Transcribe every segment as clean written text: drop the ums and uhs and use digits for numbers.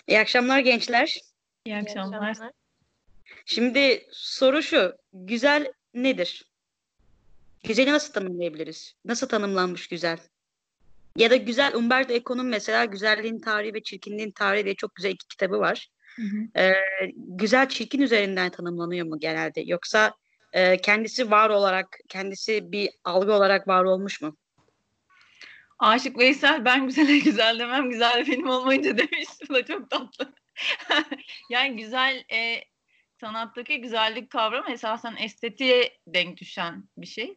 İyi akşamlar gençler. İyi akşamlar. Şimdi soru şu. Güzel nedir? Güzeli nasıl tanımlayabiliriz? Nasıl tanımlanmış güzel? Ya da güzel, Umberto Eco'nun mesela Güzelliğin Tarihi ve Çirkinliğin Tarihi diye çok güzel iki kitabı var. Hı hı. Güzel çirkin üzerinden tanımlanıyor mu genelde? Yoksa kendisi var olarak, kendisi bir algı olarak var olmuş mu? Aşık Veysel ben güzele güzel demem, güzel benim olmayınca demiş. Bu da çok tatlı. Yani güzel sanattaki güzellik kavramı esasen estetiğe denk düşen bir şey.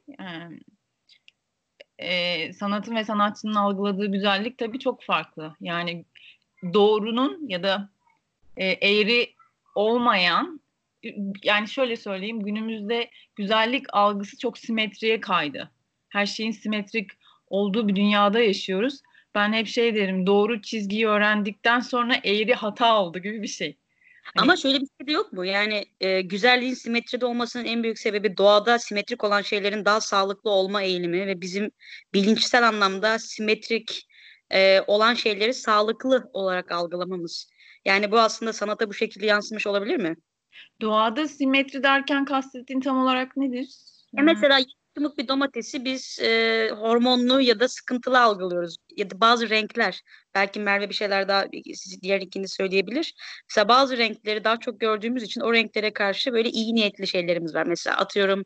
Sanatın ve sanatçının algıladığı güzellik tabii çok farklı. Yani doğrunun ya da eğri olmayan, yani şöyle söyleyeyim, günümüzde güzellik algısı çok simetriye kaydı. Her şeyin simetrik olduğu bir dünyada yaşıyoruz. Ben hep şey derim, doğru çizgiyi öğrendikten sonra eğri hata oldu gibi bir şey. Ama Hani şöyle bir şey de yok mu? Yani güzelliğin simetride olmasının en büyük sebebi doğada simetrik olan şeylerin daha sağlıklı olma eğilimi ve bizim bilinçsel anlamda simetrik olan şeyleri sağlıklı olarak algılamamız. Yani bu aslında sanata bu şekilde yansımış olabilir mi? doğada simetri derken kastettiğin tam olarak nedir? Mesela yumuşak bir domatesi biz hormonlu ya da sıkıntılı algılıyoruz. Ya da bazı renkler, belki Merve bir şeyler daha diğer ikini söyleyebilir. Mesela bazı renkleri daha çok gördüğümüz için o renklere karşı böyle iyi niyetli şeylerimiz var. Mesela atıyorum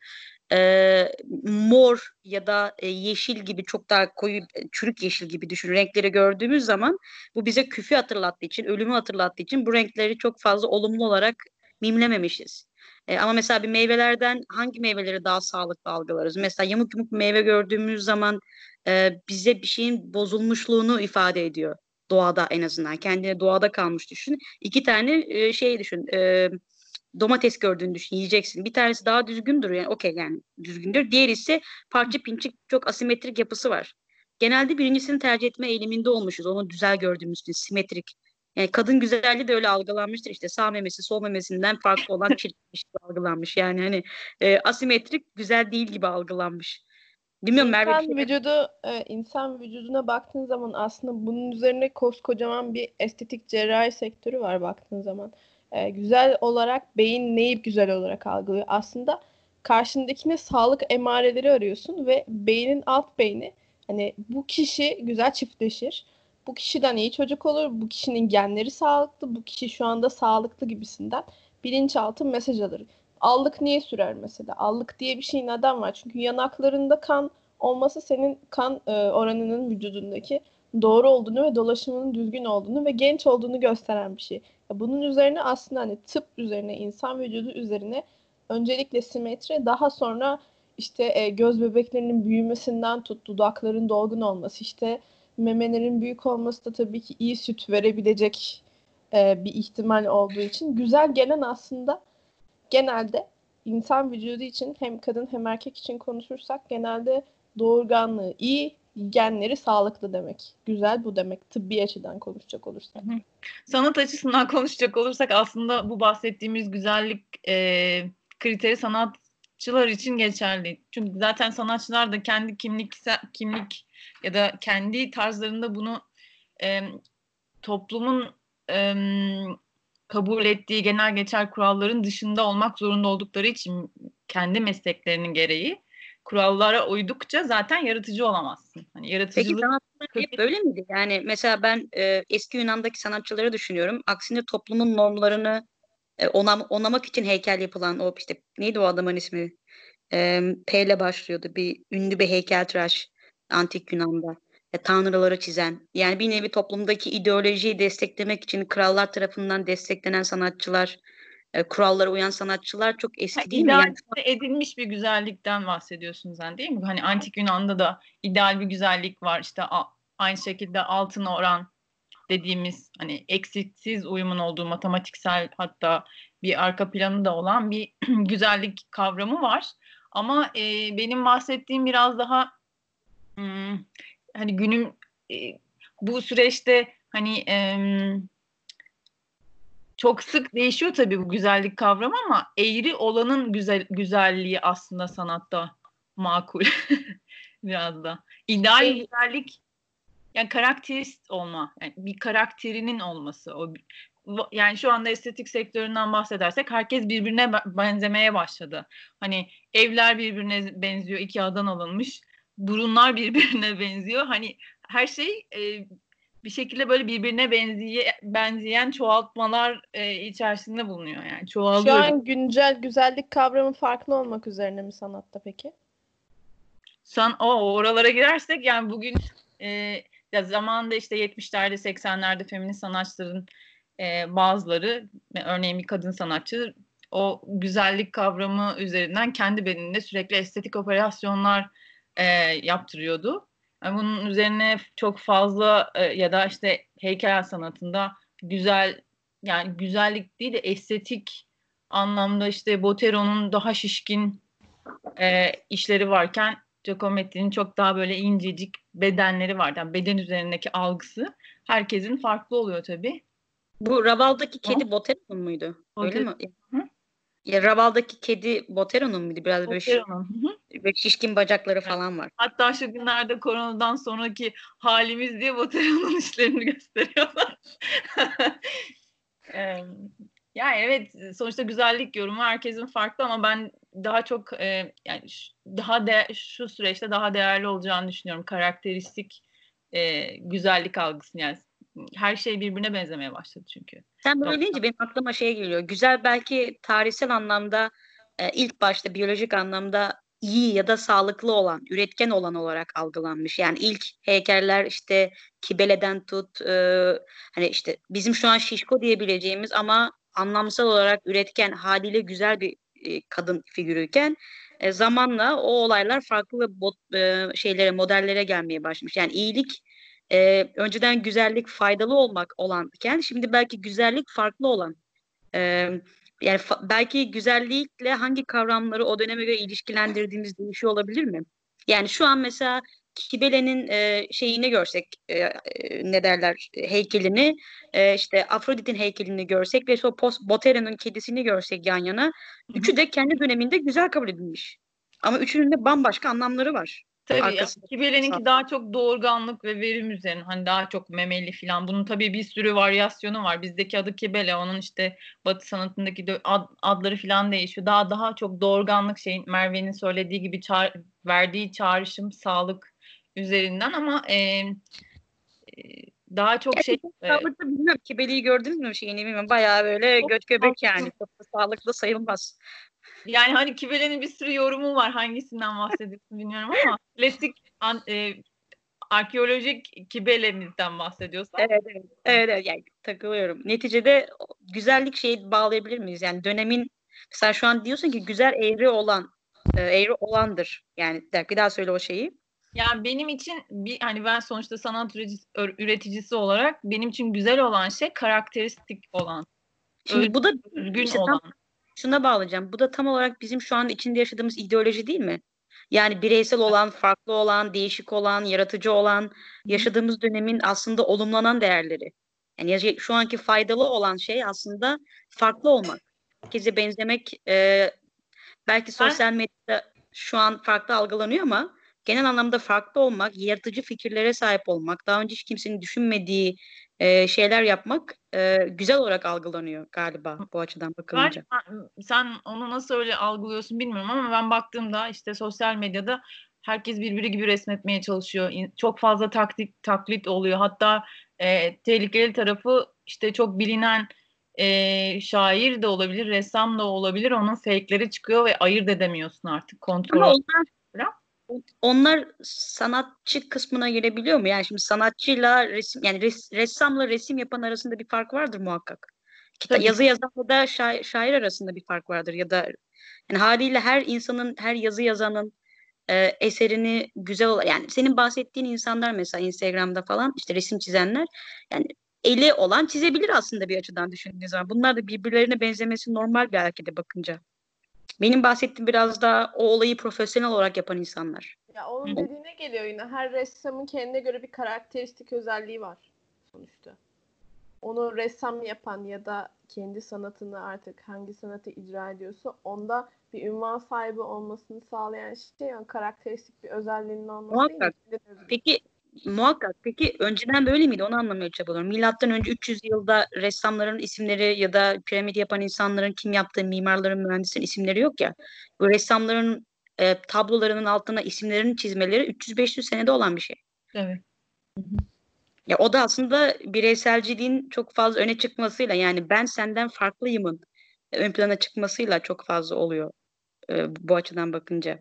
mor ya da yeşil gibi çok daha koyu çürük yeşil gibi düşün renkleri gördüğümüz zaman bu bize küfü hatırlattığı için, ölümü hatırlattığı için bu renkleri çok fazla olumlu olarak mimlememişiz. Ama mesela bir meyvelerden hangi meyveleri daha sağlıklı algılarız? Mesela yamuk yumuk bir meyve gördüğümüz zaman bize bir şeyin bozulmuşluğunu ifade ediyor. Doğada en azından. Kendine doğada kalmış düşün. İki tane şey düşün. Domates gördüğünü düşün. Yiyeceksin. Bir tanesi daha düzgündür. Yani okey yani düzgündür. Diğeri ise parça pinçik çok asimetrik yapısı var. Genelde birincisini tercih etme eğiliminde olmuşuz. Onu güzel gördüğümüz için simetrik. Yani kadın güzelliği de öyle algılanmıştır işte sağ memesi sol memesinden farklı olan çirkinmiş gibi algılanmış. Yani hani asimetrik güzel değil gibi algılanmış. Bilmiyorum Merve bir şey. İnsan vücuduna baktığın zaman aslında bunun üzerine koskocaman bir estetik cerrahi sektörü var baktığın zaman. Güzel olarak beyin neyi güzel olarak algılıyor? Aslında karşındakine sağlık emareleri arıyorsun ve beynin alt beyni hani bu kişi güzel çiftleşir. Bu kişiden iyi çocuk olur. Bu kişinin genleri sağlıklı. Bu kişi şu anda sağlıklı gibisinden bilinçaltı mesaj alır. Allık niye sürer mesela? Allık diye bir şey neden var? Çünkü yanaklarında kan olması senin kan oranının vücudundaki doğru olduğunu ve dolaşımının düzgün olduğunu ve genç olduğunu gösteren bir şey. Bunun üzerine aslında hani tıp üzerine, insan vücudu üzerine öncelikle simetri, daha sonra işte göz bebeklerinin büyümesinden tut, dudakların dolgun olması, işte memelerin büyük olması da tabii ki iyi süt verebilecek bir ihtimal olduğu için güzel gelen aslında genelde insan vücudu için hem kadın hem erkek için konuşursak genelde doğurganlığı iyi, genleri sağlıklı demek. Güzel bu demek tıbbi açıdan konuşacak olursak. Sanat açısından konuşacak olursak aslında bu bahsettiğimiz güzellik kriteri sanatçılar için geçerli. Çünkü zaten sanatçılar da kendi kimlik ya da kendi tarzlarında bunu e, toplumun e, kabul ettiği genel geçer kuralların dışında olmak zorunda oldukları için kendi mesleklerinin gereği kurallara uydukça zaten yaratıcı olamazsın. Hani Peki yaratıcılık sanatçılar hep böyle miydi? Yani mesela ben eski Yunan'daki sanatçıları düşünüyorum. Aksine toplumun normlarını onamak için heykel yapılan o işte neydi o adamın ismi? P ile başlıyordu. Bir ünlü bir heykeltıraş antik Yunan'da. Tanrıları çizen. Yani bir nevi toplumdaki ideolojiyi desteklemek için krallar tarafından desteklenen sanatçılar, kurallara uyan sanatçılar çok eski değil mi? Yani idealize edilmiş bir güzellikten bahsediyorsun sen değil mi? Hani antik Yunan'da da ideal bir güzellik var. İşte aynı şekilde altın oran dediğimiz hani eksiksiz uyumun olduğu matematiksel hatta bir arka planı da olan bir güzellik kavramı var. Ama benim bahsettiğim biraz daha hmm, hani e, bu süreçte hani çok sık değişiyor tabii bu güzellik kavramı ama eğri olanın güzelliği aslında sanatta makul biraz da. İdeal güzellik yani karakterist olma, yani bir karakterinin olması, o yani şu anda estetik sektöründen bahsedersek herkes birbirine benzemeye başladı. Hani evler birbirine benziyor, iki adan alınmış. Burunlar birbirine benziyor. Hani her şey bir şekilde böyle birbirine benzeyen çoğaltmalar içerisinde bulunuyor yani. Şu Çoğalıyor. an güncel güzellik kavramı farklı olmak üzerine mi sanatta peki? Oralara girersek yani bugün ya zamanında işte 70'lerde 80'lerde feminist sanatçıların bazıları, örneğin bir kadın sanatçı o güzellik kavramı üzerinden kendi bedeninde sürekli estetik operasyonlar yaptırıyordu. Yani bunun üzerine çok fazla ya da işte heykel sanatında yani güzellik değil de estetik anlamda işte Bottero'nun daha şişkin işleri varken Giacometti'nin çok daha böyle incecik bedenleri var. Yani beden üzerindeki algısı herkesin farklı oluyor tabii. Bu Raval'daki kedi Bottero'nun muydu? Öyle mi? Hı? Ya Raval'daki kedi Bottero'nun muydu? Biraz böyle, Bottero'nun. böyle şişkin bacakları Evet. falan var. Hatta şu günlerde koronadan sonraki halimiz diye Bottero'nun işlerini gösteriyorlar. Ee, Yani evet, sonuçta güzellik yorumu herkesin farklı ama ben daha çok yani şu süreçte daha değerli olacağını düşünüyorum. Karakteristik güzellik algısını, yani her şey birbirine benzemeye başladı çünkü. Sen böyle Yok. deyince benim aklıma şey geliyor. Güzel belki tarihsel anlamda ilk başta biyolojik anlamda iyi ya da sağlıklı olan, üretken olan olarak algılanmış. Yani ilk heykeller işte Kibele'den tut, hani işte bizim şu an şişko diyebileceğimiz ama anlamsal olarak üretken, haliyle güzel bir kadın figürüyken zamanla o olaylar farklı şeylere, modellere gelmeye başlamış. Yani iyilik önceden güzellik faydalı olmak olanken şimdi belki güzellik farklı olan. e, Yani belki güzellikle hangi kavramları o döneme göre ilişkilendirdiğimiz değişiyor olabilir mi? Yani şu an mesela Kibele'nin şeyini görsek, ne derler, heykelini, işte Afrodit'in heykelini görsek ve sonra Bottero'nun kedisini görsek yan yana, üçü de kendi döneminde güzel kabul edilmiş. Ama üçünün de bambaşka anlamları var Tabii ya, arkasında. Kibele'ninki daha çok doğurganlık ve verim üzerine, hani daha çok memeli falan. Bunun tabii bir sürü varyasyonu var. Bizdeki adı Kibele, onun işte Batı sanatındaki de adları falan değişiyor. Daha çok doğurganlık, şeyin Merve'nin söylediği gibi verdiği çağrışım sağlık üzerinden ama daha çok şey Sağlıklı bilmiyorum. Kibeli'yi gördünüz mü şeyini bilmiyorum. Bayağı böyle çok göt göbek sağlıklı. yani. Çok da sağlıklı sayılmaz. Yani hani Kibele'nin bir sürü yorumu var. Hangisinden bahsediyorsun bilmiyorum ama klasik arkeolojik Kibele'mizden bahsediyorsak. Evet, evet. Evet, evet. Yani takılıyorum. Neticede güzellik şeyi bağlayabilir miyiz? Yani dönemin, mesela şu an diyorsun ki güzel eğri olan, eğri olandır. Yani bir daha söyle o şeyi. Yani benim için hani ben sonuçta sanat üreticisi olarak benim için güzel olan şey karakteristik olan, Şimdi bu da özgün işte tam olan. şuna bağlayacağım. Bu da tam olarak bizim şu an içinde yaşadığımız ideoloji değil mi? Yani bireysel olan, farklı olan, değişik olan, yaratıcı olan, yaşadığımız dönemin aslında olumlanan değerleri. Yani şu anki faydalı olan şey aslında farklı olmak. Herkese benzemek belki Ben sosyal medyada şu an farklı algılanıyor ama genel anlamda farklı olmak, yaratıcı fikirlere sahip olmak, daha önce hiç kimsenin düşünmediği şeyler yapmak güzel olarak algılanıyor galiba bu açıdan bakılınca. sen onu nasıl öyle algılıyorsun bilmiyorum ama ben baktığımda işte sosyal medyada herkes birbiri gibi resmetmeye çalışıyor. Çok fazla taklit oluyor. Hatta tehlikeli tarafı işte çok bilinen şair de olabilir, ressam da olabilir. Onun fake'leri çıkıyor ve ayırt edemiyorsun artık, Ama kontrol falan. onlar sanatçı kısmına girebiliyor mu? Yani şimdi sanatçıyla resim, yani ressamla resim yapan arasında bir fark vardır muhakkak. Tabii. Yazı yazanla da şair arasında bir fark vardır ya da yani haliyle her insanın, her yazı yazanın eserini güzel yani senin bahsettiğin insanlar mesela Instagram'da falan işte resim çizenler, yani eli olan çizebilir aslında bir açıdan düşündüğün zaman. Bunlar da birbirlerine benzemesi normal belki de bakınca. Benim bahsettiğim biraz daha o olayı profesyonel olarak yapan insanlar. Ya onun O- dediğine geliyor yine. Her ressamın kendine göre bir karakteristik özelliği var sonuçta. Onu ressam yapan ya da kendi sanatını artık hangi sanatı icra ediyorsa onda bir ünvan sahibi olmasını sağlayan şey yani karakteristik bir özelliğinin olması değil mi? Muhakkak. Kendine özgü. Peki Muhakkak. Peki önceden böyle miydi? Onu anlamaya çabalıyorum. Milattan önce 300 yılda ressamların isimleri ya da piramit yapan insanların kim yaptığı, mimarların, mühendislerin isimleri yok ya. Bu ressamların tablolarının altına isimlerini çizmeleri 300-500 senede olan bir şey. Evet. Ya o da aslında bireyselciliğin çok fazla öne çıkmasıyla, yani ben senden farklıyımın ön plana çıkmasıyla çok fazla oluyor bu açıdan bakınca.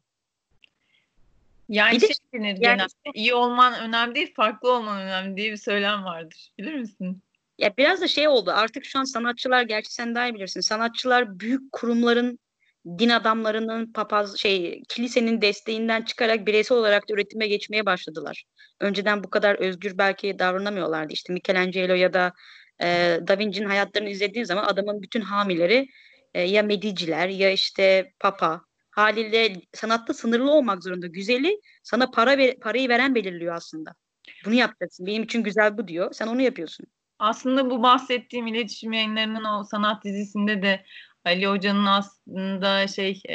Yani Bir de şey denir yani genelde, iyi olman önemli değil, farklı olman önemli diye bir söylem vardır. Bilir misin? ya biraz da şey oldu artık, şu an sanatçılar, gerçi sen daha iyi bilirsin, sanatçılar büyük kurumların, din adamlarının, papaz kilisenin desteğinden çıkarak bireysel olarak da üretime geçmeye başladılar. Önceden bu kadar özgür belki davranamıyorlardı. İşte Michelangelo ya da Da Vinci'nin hayatlarını izlediğin zaman adamın bütün hamileri ya Mediciler ya işte Papa. Haliyle sanatta sınırlı olmak zorunda. Güzeli sana parayı veren belirliyor aslında. Bunu yapacaksın. Benim için güzel bu diyor. Sen onu yapıyorsun. Aslında bu bahsettiğim iletişim yayınlarının o sanat dizisinde de Ali Hoca'nın aslında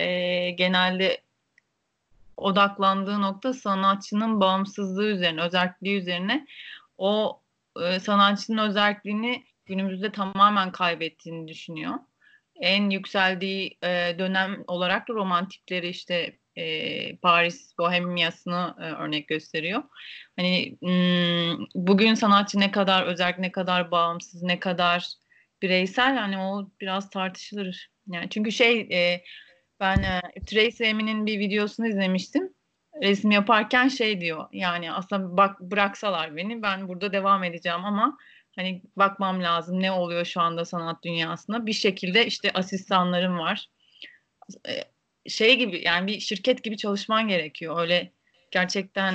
genelde odaklandığı nokta sanatçının bağımsızlığı üzerine, özelliği üzerine. O sanatçının özelliğini günümüzde tamamen kaybettiğini düşünüyor. En yükseldiği dönem olarak da romantikleri işte Paris Bohemyasını örnek gösteriyor. Hani bugün sanatçı ne kadar özellik, ne kadar bağımsız, ne kadar bireysel, hani o biraz tartışılır. Yani çünkü ben Tracy Emin'in bir videosunu izlemiştim. Resim yaparken şey diyor. Yani aslında bak, bıraksalar beni, ben burada devam edeceğim ama hani bakmam lazım ne oluyor şu anda sanat dünyasında. Bir şekilde işte asistanlarım var. E, Şey gibi, yani bir şirket gibi çalışman gerekiyor. Öyle gerçekten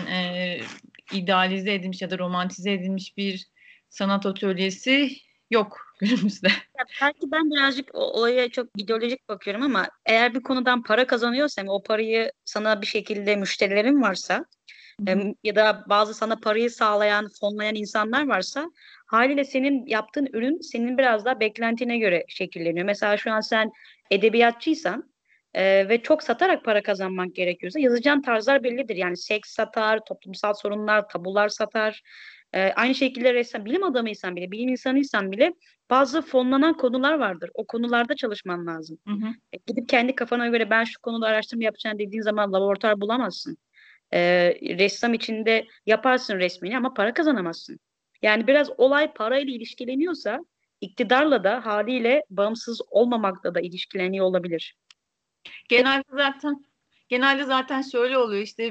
idealize edilmiş ya da romantize edilmiş bir sanat atölyesi yok günümüzde. Ya belki ben birazcık olaya çok ideolojik bakıyorum ama eğer bir konudan para kazanıyorsam, o parayı sana bir şekilde müşterilerin varsa ya da bazı sana parayı sağlayan, fonlayan insanlar varsa, haliyle senin yaptığın ürün senin biraz daha beklentine göre şekilleniyor. Mesela şu an sen edebiyatçıysan ve çok satarak para kazanmak gerekiyorsa, yazacağın tarzlar bellidir. Yani seks satar, toplumsal sorunlar, tabular satar. Aynı şekilde ressam, bilim adamıysan bile, bilim insanıysan bile bazı fonlanan konular vardır. O konularda çalışman lazım. Hı hı. Gidip kendi kafana göre ben şu konuda araştırma yapacağım dediğin zaman laboratuvar bulamazsın. Ressam içinde yaparsın resmini ama para kazanamazsın. Yani biraz olay parayla ilişkileniyorsa, iktidarla da haliyle bağımsız olmamakla da ilişkileniyor olabilir. Genelde zaten genelde zaten şöyle oluyor işte,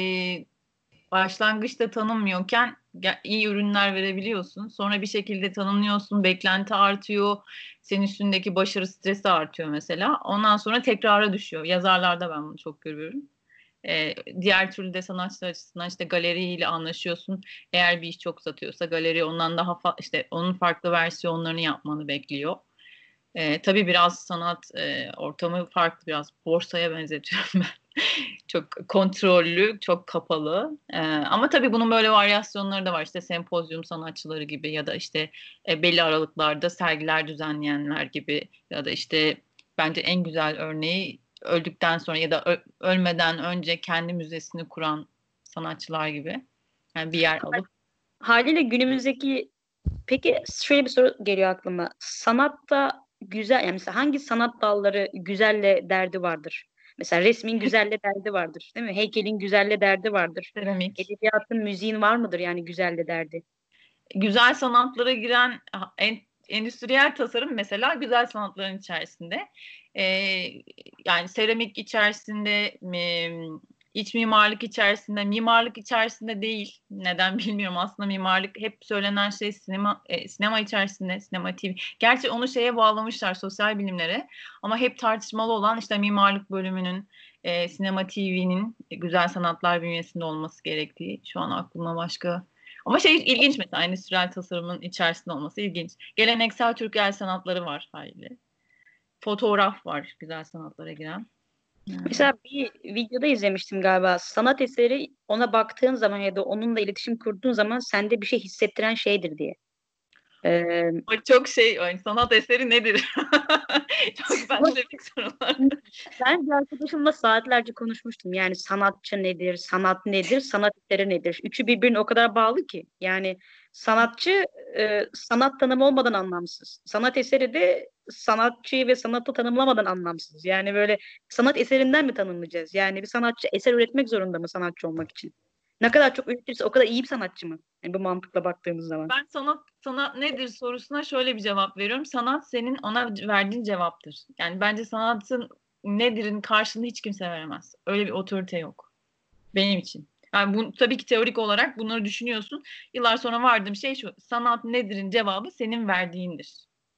başlangıçta tanınmıyorken iyi ürünler verebiliyorsun. Sonra bir şekilde tanınıyorsun, beklenti artıyor, senin üstündeki başarı stresi artıyor mesela. Ondan sonra tekrara düşüyor. Yazarlarda ben bunu çok görüyorum. Diğer türlü de sanatçılar açısından işte galeriyle anlaşıyorsun. Eğer bir iş çok satıyorsa galeri ondan daha işte onun farklı versiyonlarını yapmanı bekliyor. Tabii biraz sanat ortamı farklı, biraz borsaya benzetiyorum ben. Çok kontrollü, çok kapalı. Ama tabii bunun böyle varyasyonları da var. İşte sempozyum sanatçıları gibi ya da işte belli aralıklarda sergiler düzenleyenler gibi ya da işte bence en güzel örneği öldükten sonra ya da ölmeden önce kendi müzesini kuran sanatçılar gibi. Yani bir yer alıp. Haliyle günümüzdeki, peki şöyle bir soru geliyor aklıma. Sanatta güzel, yani mesela hangi sanat dalları güzelle derdi vardır? Mesela resmin güzelle derdi vardır, değil mi? Heykelin güzelle derdi vardır. Seramik. Edebiyatın, müziğin var mıdır yani güzelle derdi? Güzel sanatlara giren endüstriyel tasarım mesela güzel sanatların içerisinde. Ee, Yani seramik içerisinde, iç mimarlık içerisinde, mimarlık içerisinde değil. Neden bilmiyorum. Aslında mimarlık hep söylenen şey sinema içerisinde, sinema TV. Gerçi onu şeye bağlamışlar, sosyal bilimlere. Ama hep tartışmalı olan işte mimarlık bölümünün, sinema TV'nin güzel sanatlar bünyesinde olması gerektiği. Şu an aklıma başka, ama ilginç, mesela endüstriyel tasarımın içerisinde olması ilginç. Geleneksel Türk el sanatları var haliyle. Fotoğraf var güzel sanatlara giren. Yani. Mesela bir videoda izlemiştim galiba. Sanat eseri, ona baktığın zaman ya da onunla iletişim kurduğun zaman sende bir şey hissettiren şeydir diye. O çok sanat eseri nedir? Çok felsefik sorular. Ben bir arkadaşımla saatlerce konuşmuştum. Yani sanatçı nedir, sanat nedir, sanat eseri nedir? Üçü birbirine o kadar bağlı ki. Yani sanatçı sanat tanımı olmadan anlamsız. Sanat eseri de sanatçıyı ve sanatı tanımlamadan anlamsız. Yani böyle sanat eserinden mi tanımlayacağız? Yani bir sanatçı eser üretmek zorunda mı sanatçı olmak için? Ne kadar çok üretirse o kadar iyi bir sanatçı mı? Yani bu mantıkla baktığımız zaman. Ben sanat nedir sorusuna şöyle bir cevap veriyorum. Sanat senin ona verdiğin cevaptır. Yani bence sanatın nedir'in karşılığını hiç kimse veremez. Öyle bir otorite yok. Benim için. Yani bu tabii ki teorik olarak bunları düşünüyorsun. Yıllar sonra vardığım şey şu. Sanat nedir'in cevabı senin verdiğindir.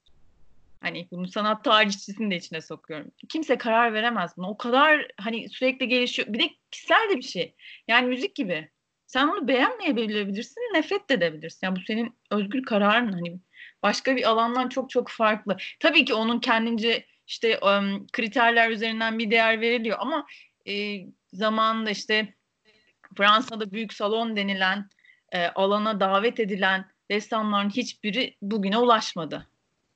Hani bunu sanat tarihçisini de içine sokuyorum. Kimse karar veremez buna. O kadar hani sürekli gelişiyor. Bir de kişisel de bir şey. Yani müzik gibi. Sen onu beğenmeyebilirsin, nefret de edebilirsin. Yani bu senin özgür kararın. Hani başka bir alandan çok çok farklı. Tabii ki onun kendince işte kriterler üzerinden bir değer veriliyor ama zamanında işte Fransa'da büyük salon denilen alana davet edilen ressamların hiçbiri bugüne ulaşmadı.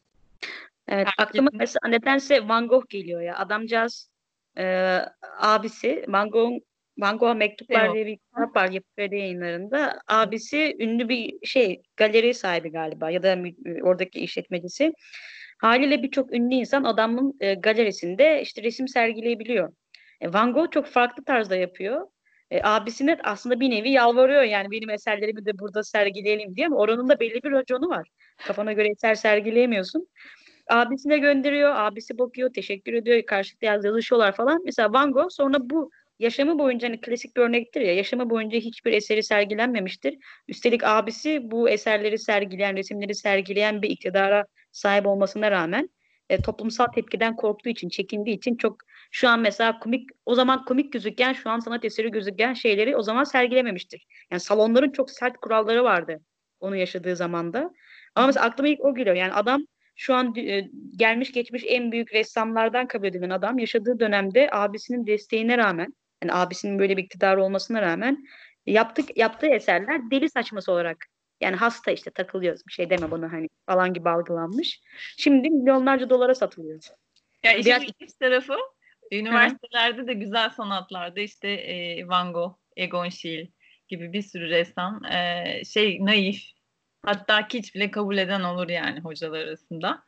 Evet, aklıma Herkesin mesela nedense Van Gogh geliyor ya. Adamcağız e, abisi Van Gogh'a Mektuplar yok. diye bir kitap var Yapı Kredi Yayınları'nda. Abisi ünlü bir galeri sahibi galiba ya da oradaki işletmecisi. Haliyle birçok ünlü insan adamın galerisinde işte resim sergileyebiliyor. Van Gogh çok farklı tarzda yapıyor. Abisine aslında bir nevi yalvarıyor yani benim eserlerimi de burada sergileyelim diye ama oranın da belli bir raconu var. Kafana göre eser sergileyemiyorsun. Abisine gönderiyor. Abisi bakıyor, teşekkür ediyor. Karşılıklı yazışıyorlar falan. Mesela Van Gogh sonra bu yaşamı boyunca hani klasik bir örnektir ya. Yaşamı boyunca hiçbir eseri sergilenmemiştir. Üstelik abisi bu eserleri sergileyen, resimleri sergileyen bir iktidara sahip olmasına rağmen toplumsal tepkiden korktuğu için, çekindiği için çok şu an mesela o zaman komik gözüken, şu an sanat eseri gözüken şeyleri o zaman sergilememiştir. Yani salonların çok sert kuralları vardı onu yaşadığı zamanda. Ama mesela aklıma ilk o geliyor. Yani adam şu an gelmiş geçmiş en büyük ressamlardan kabul edilen adam yaşadığı dönemde abisinin desteğine rağmen yani abisinin böyle bir iktidarı olmasına rağmen yaptığı eserler deli saçması olarak yani hasta işte takılıyoruz bir şey deme bana hani falan gibi algılanmış. Şimdi milyonlarca dolara satılıyor. Ya Yani işin biraz ilginç tarafı Hı hı. üniversitelerde de güzel sanatlarda işte Van Gogh, Egon Schiele gibi bir sürü ressam naif, hatta kiç bile kabul eden olur yani hocalar arasında.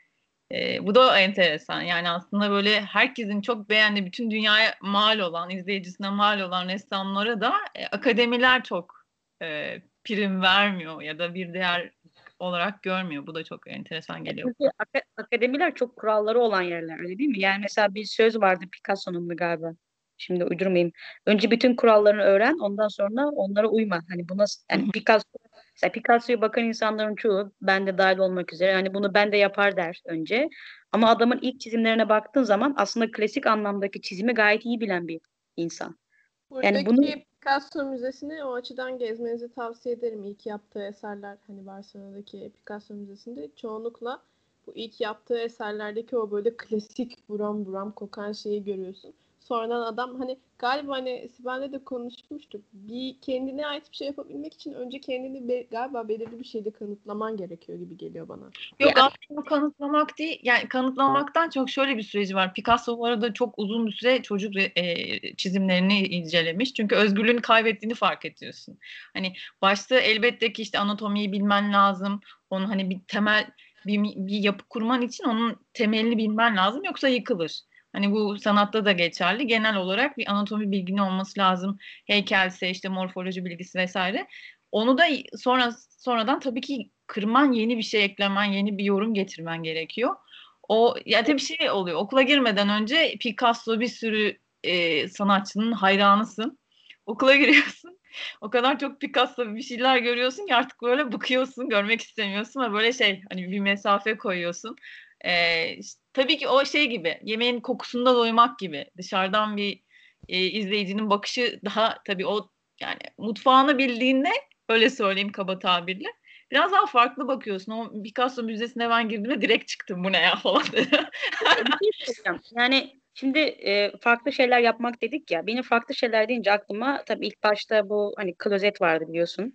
Bu da enteresan. Yani aslında böyle herkesin çok beğendiği, bütün dünyaya mal olan, izleyicisine mal olan ressamlara da akademiler çok prim vermiyor ya da bir değer olarak görmüyor. Bu da çok enteresan geliyor. Çünkü akademiler çok kuralları olan yerler öyle değil mi? Yani mesela bir söz vardı Picasso'nun da galiba. Şimdi uydurmayayım. Önce bütün kurallarını öğren, ondan sonra onlara uyma. Hani bu nasıl yani mesela Picasso'ya bakan insanların çoğu ben de dahil olmak üzere hani bunu ben de yapar der önce. Ama adamın ilk çizimlerine baktığın zaman aslında klasik anlamdaki çizimi gayet iyi bilen bir insan. Yani bunu Buradaki Picasso Müzesi'ni o açıdan gezmenizi tavsiye ederim. İlk yaptığı eserler hani Barcelona'daki Picasso Müzesi'nde çoğunlukla bu ilk yaptığı eserlerdeki o böyle klasik buram buram kokan şeyi görüyorsun. Sonradan adam hani galiba hani Sibel'le de konuşmuştuk. Bir kendine ait bir şey yapabilmek için önce kendini galiba belirli bir şeyde kanıtlaman gerekiyor gibi geliyor bana. Yok ya, aslında kanıtlamak değil. Yani kanıtlamaktan çok şöyle bir süreci var. Picasso bu arada çok uzun bir süre çocuk çizimlerini incelemiş. Çünkü özgürlüğünü kaybettiğini fark ediyorsun. Hani başta elbette ki işte anatomiyi bilmen lazım. Onun hani bir temel bir yapı kurman için onun temelini bilmen lazım. Yoksa yıkılır. Hani bu sanatta da geçerli. Genel olarak bir anatomi bilginin olması lazım. Heykelse işte morfoloji bilgisi vesaire. Onu da sonradan tabii ki kırman, yeni bir şey eklemen, yeni bir yorum getirmen gerekiyor. O ya tabii şey oluyor. Okula girmeden önce Picasso bir sürü sanatçının hayranısın. Okula giriyorsun. O kadar çok Picasso bir şeyler görüyorsun ki artık böyle bıkıyorsun, görmek istemiyorsun ve böyle hani bir mesafe koyuyorsun. Tabii ki o şey gibi, yemeğin kokusunda doymak gibi. Dışarıdan bir izleyicinin bakışı daha tabii o yani mutfağını bildiğinde öyle söyleyeyim kaba tabirle. Biraz daha farklı bakıyorsun. O Picasso Müzesi'ne ben girdiğimde direkt çıktım bu ne ya falan dedi. bir şey söyleyeceğim. Yani şimdi farklı şeyler yapmak dedik ya. Benim farklı şeyler deyince aklıma tabii ilk başta bu hani klozet vardı biliyorsun.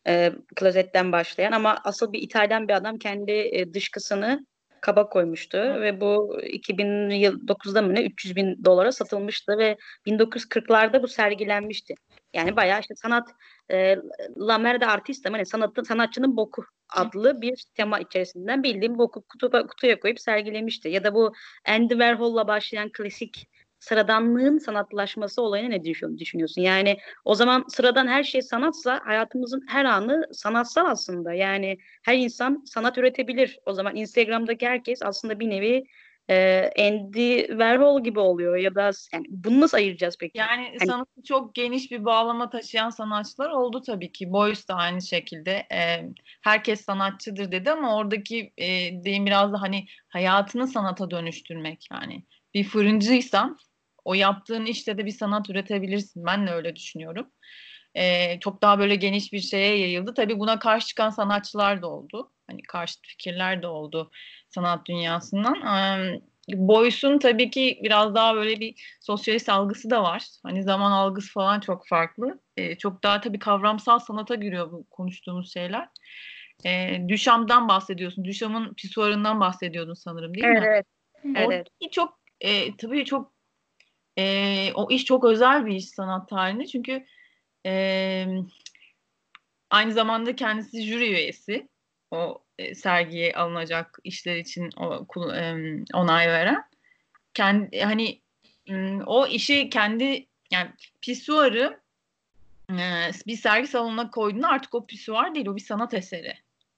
klozetten başlayan ama asıl bir İtalyan bir adam kendi dışkısını kaba koymuştu ve bu 2009'da mı ne 300 bin dolara satılmıştı ve 1940'larda bu sergilenmişti. Yani bayağı işte sanat La Merda Artista mı ne sanatçının boku adlı bir tema içerisinden bildiğim boku kutuya koyup sergilemişti. Ya da bu Andy Warhol'la başlayan klasik sıradanlığın sanatlaşması olayını ne düşünüyorsun? Yani o zaman sıradan her şey sanatsa hayatımızın her anı sanatsal aslında. Yani her insan sanat üretebilir. O zaman Instagram'daki herkes aslında bir nevi Andy Warhol gibi oluyor ya da yani bunu nasıl ayıracağız peki? Yani Hani sanatı çok geniş bir bağlama taşıyan sanatçılar oldu tabii ki. Beuys da aynı şekilde. Herkes sanatçıdır dedi ama oradaki deyim biraz da hani hayatını sanata dönüştürmek. Yani bir fırıncıysan o yaptığın işte de bir sanat üretebilirsin. Ben de öyle düşünüyorum. Çok daha böyle geniş bir şeye yayıldı. Tabii buna karşı çıkan sanatçılar da oldu. Hani karşıt fikirler de oldu sanat dünyasından. Boyce'un tabii ki biraz daha böyle bir sosyalist algısı da var. Hani zaman algısı falan çok farklı. Çok daha tabii kavramsal sanata giriyor bu konuştuğumuz şeyler. Duchamp'dan bahsediyorsun. Duchamp'ın pisuarından bahsediyordun sanırım, değil evet mi? evet. Evet, evet. Oradaki çok tabii çok o iş çok özel bir iş sanat tarihinde. Çünkü e, aynı zamanda kendisi jüri üyesi. O sergiye alınacak işler için onay veren. Kendi hani o işi kendi yani pisuarı bir sergi salonuna koyduğunda artık o pisuar değil, o bir sanat eseri.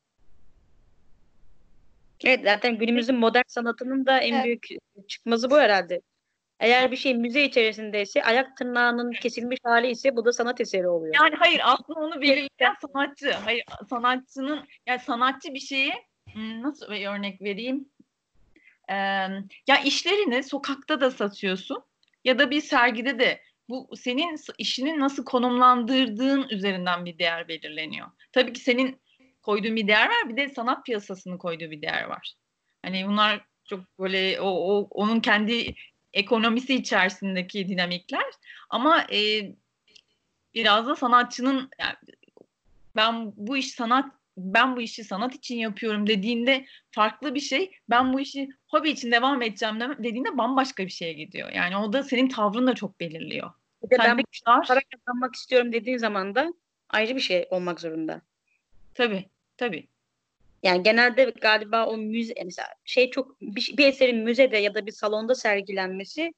Evet, zaten günümüzün modern sanatının da en Evet. büyük çıkmazı bu herhalde. Eğer bir şey müze içerisindeyse ayak tırnağının kesilmiş hali ise bu da sanat eseri oluyor. Yani hayır, aslında onu Gerçekten. belirleyen sanatçı. Hayır, sanatçının yani sanatçı bir şeyi nasıl bir örnek vereyim? Ee, Ya işlerini sokakta da satıyorsun ya da bir sergide de bu senin işini nasıl konumlandırdığın üzerinden bir değer belirleniyor. Tabii ki senin koyduğun bir değer var, bir de sanat piyasasının koyduğu bir değer var. Hani bunlar çok böyle onun kendi ekonomisi içerisindeki dinamikler ama biraz da sanatçının yani ben bu işi sanat için yapıyorum dediğinde farklı bir şey. Ben bu işi hobi için devam edeceğim dediğinde bambaşka bir şeye gidiyor. Yani o da senin tavrını da çok belirliyor. Bir de Sen ben de bu işten para işler kazanmak istiyorum dediğin zaman da ayrı bir şey olmak zorunda. tabii tabii. Yani genelde galiba o müze mesela şey çok bir eserin müzede ya da bir salonda sergilenmesi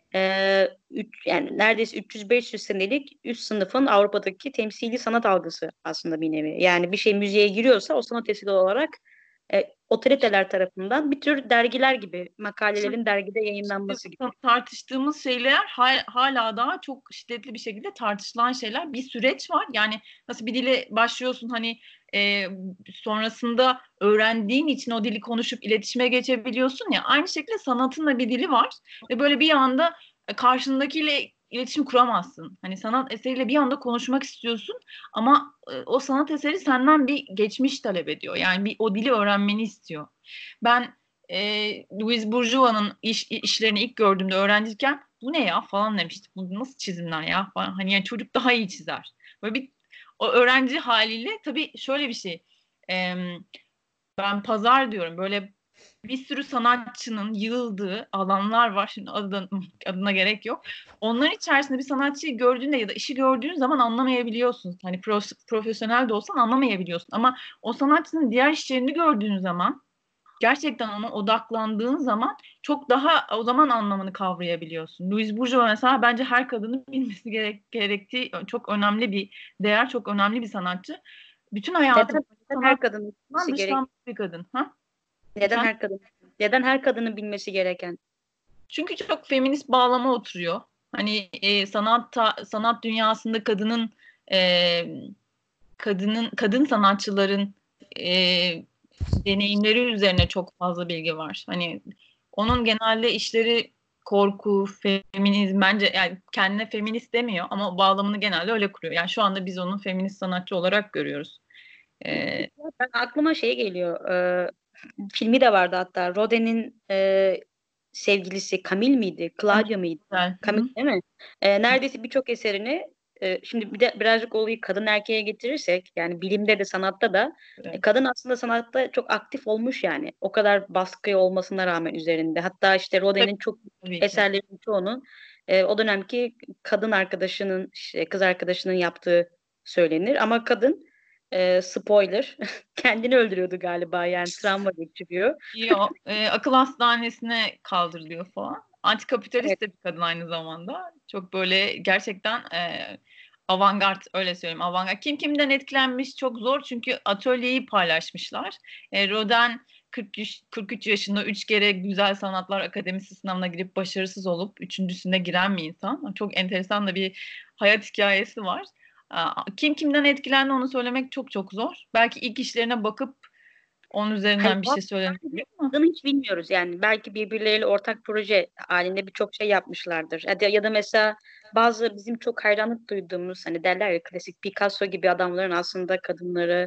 yani neredeyse 300-500 senelik üst sınıfın Avrupa'daki temsili sanat algısı aslında bir nevi. Yani bir şey müziğe giriyorsa o sanat eseri olarak otoriteler tarafından bir tür dergiler gibi makalelerin dergide yayınlanması gibi. Tartıştığımız şeyler hala daha çok şiddetli bir şekilde tartışılan şeyler. Bir süreç var. Yani nasıl bir dile başlıyorsun hani sonrasında öğrendiğin için o dili konuşup iletişime geçebiliyorsun ya. Aynı şekilde sanatın da bir dili var ve böyle bir anda karşındakiyle iletişim kuramazsın. Hani sanat eseriyle bir anda konuşmak istiyorsun ama o sanat eseri senden bir geçmiş talep ediyor. Yani o dili öğrenmeni istiyor. Ben Louis Bourgeois'ın işlerini ilk gördüğümde öğrenciyken bu ne ya falan demiştim. Bu nasıl çizimler ya falan. Hani yani çocuk daha iyi çizer. Böyle bir o öğrenci haliyle tabii şöyle bir şey. E, Ben pazar diyorum. Böyle bir sürü sanatçının yığıldığı alanlar var. Şimdi adına gerek yok. Onların içerisinde bir sanatçıyı gördüğünde ya da işi gördüğün zaman anlamayabiliyorsun. Hani profesyonel de olsan anlamayabiliyorsun. Ama o sanatçının diğer işlerini gördüğün zaman gerçekten ona odaklandığın zaman çok daha o zaman anlamını kavrayabiliyorsun. Louis Bourgeois mesela bence her kadının bilmesi gerektiği çok önemli bir değer, çok önemli bir sanatçı. Bütün hayatı Neden her kadının sanattan bilmesi gerek? dışlanmış bir kadın. Ha? Neden Efendim? her kadın? Neden her kadının bilmesi gereken? Çünkü çok feminist bağlama oturuyor. Hani sanat dünyasında e, kadın sanatçıların e, deneyimleri üzerine çok fazla bilgi var. Hani onun genelde işleri korku, feminizm bence yani kendine feminist demiyor ama o bağlamını genelde öyle kuruyor. Yani şu anda biz onu feminist sanatçı olarak görüyoruz. Ee, Ben aklıma şey geliyor. Filmi de vardı hatta. Rodin'in sevgilisi Camille miydi? Claudia mıydı? güzel. Hı Camille hı. değil mi? Neredeyse birçok eserini şimdi bir de birazcık olayı kadın erkeğe getirirsek, yani bilimde de sanatta da Evet, kadın aslında sanatta çok aktif olmuş yani. O kadar baskı olmasına rağmen üzerinde. Hatta işte tabii, Rodin'in çok tabii ki. eserlerinin çoğunu o dönemki kadın arkadaşının, işte kız arkadaşının yaptığı söylenir. Ama kadın spoiler kendini öldürüyordu galiba, yani travma geçiriyor. Akıl hastanesine kaldırılıyor falan. Evet. Antikapitalist de bir kadın aynı zamanda. Çok böyle gerçekten avantgard, öyle söyleyeyim. Avantgard. Kim kimden etkilenmiş çok zor çünkü atölyeyi paylaşmışlar. Rodin 43 yaşında 3 kere Güzel Sanatlar Akademisi sınavına girip başarısız olup üçüncüsüne giren bir insan. Çok enteresan da bir hayat hikayesi var. Kim kimden etkilendi onu söylemek çok çok zor. Belki ilk işlerine bakıp onun Hayır, üzerinden bir şey söylenebilir ama adını hiç bilmiyoruz yani. Belki birbirleriyle ortak proje halinde birçok şey yapmışlardır. Ya da mesela bazı bizim çok hayranlık duyduğumuz, hani derler ya, klasik Picasso gibi adamların aslında kadınları,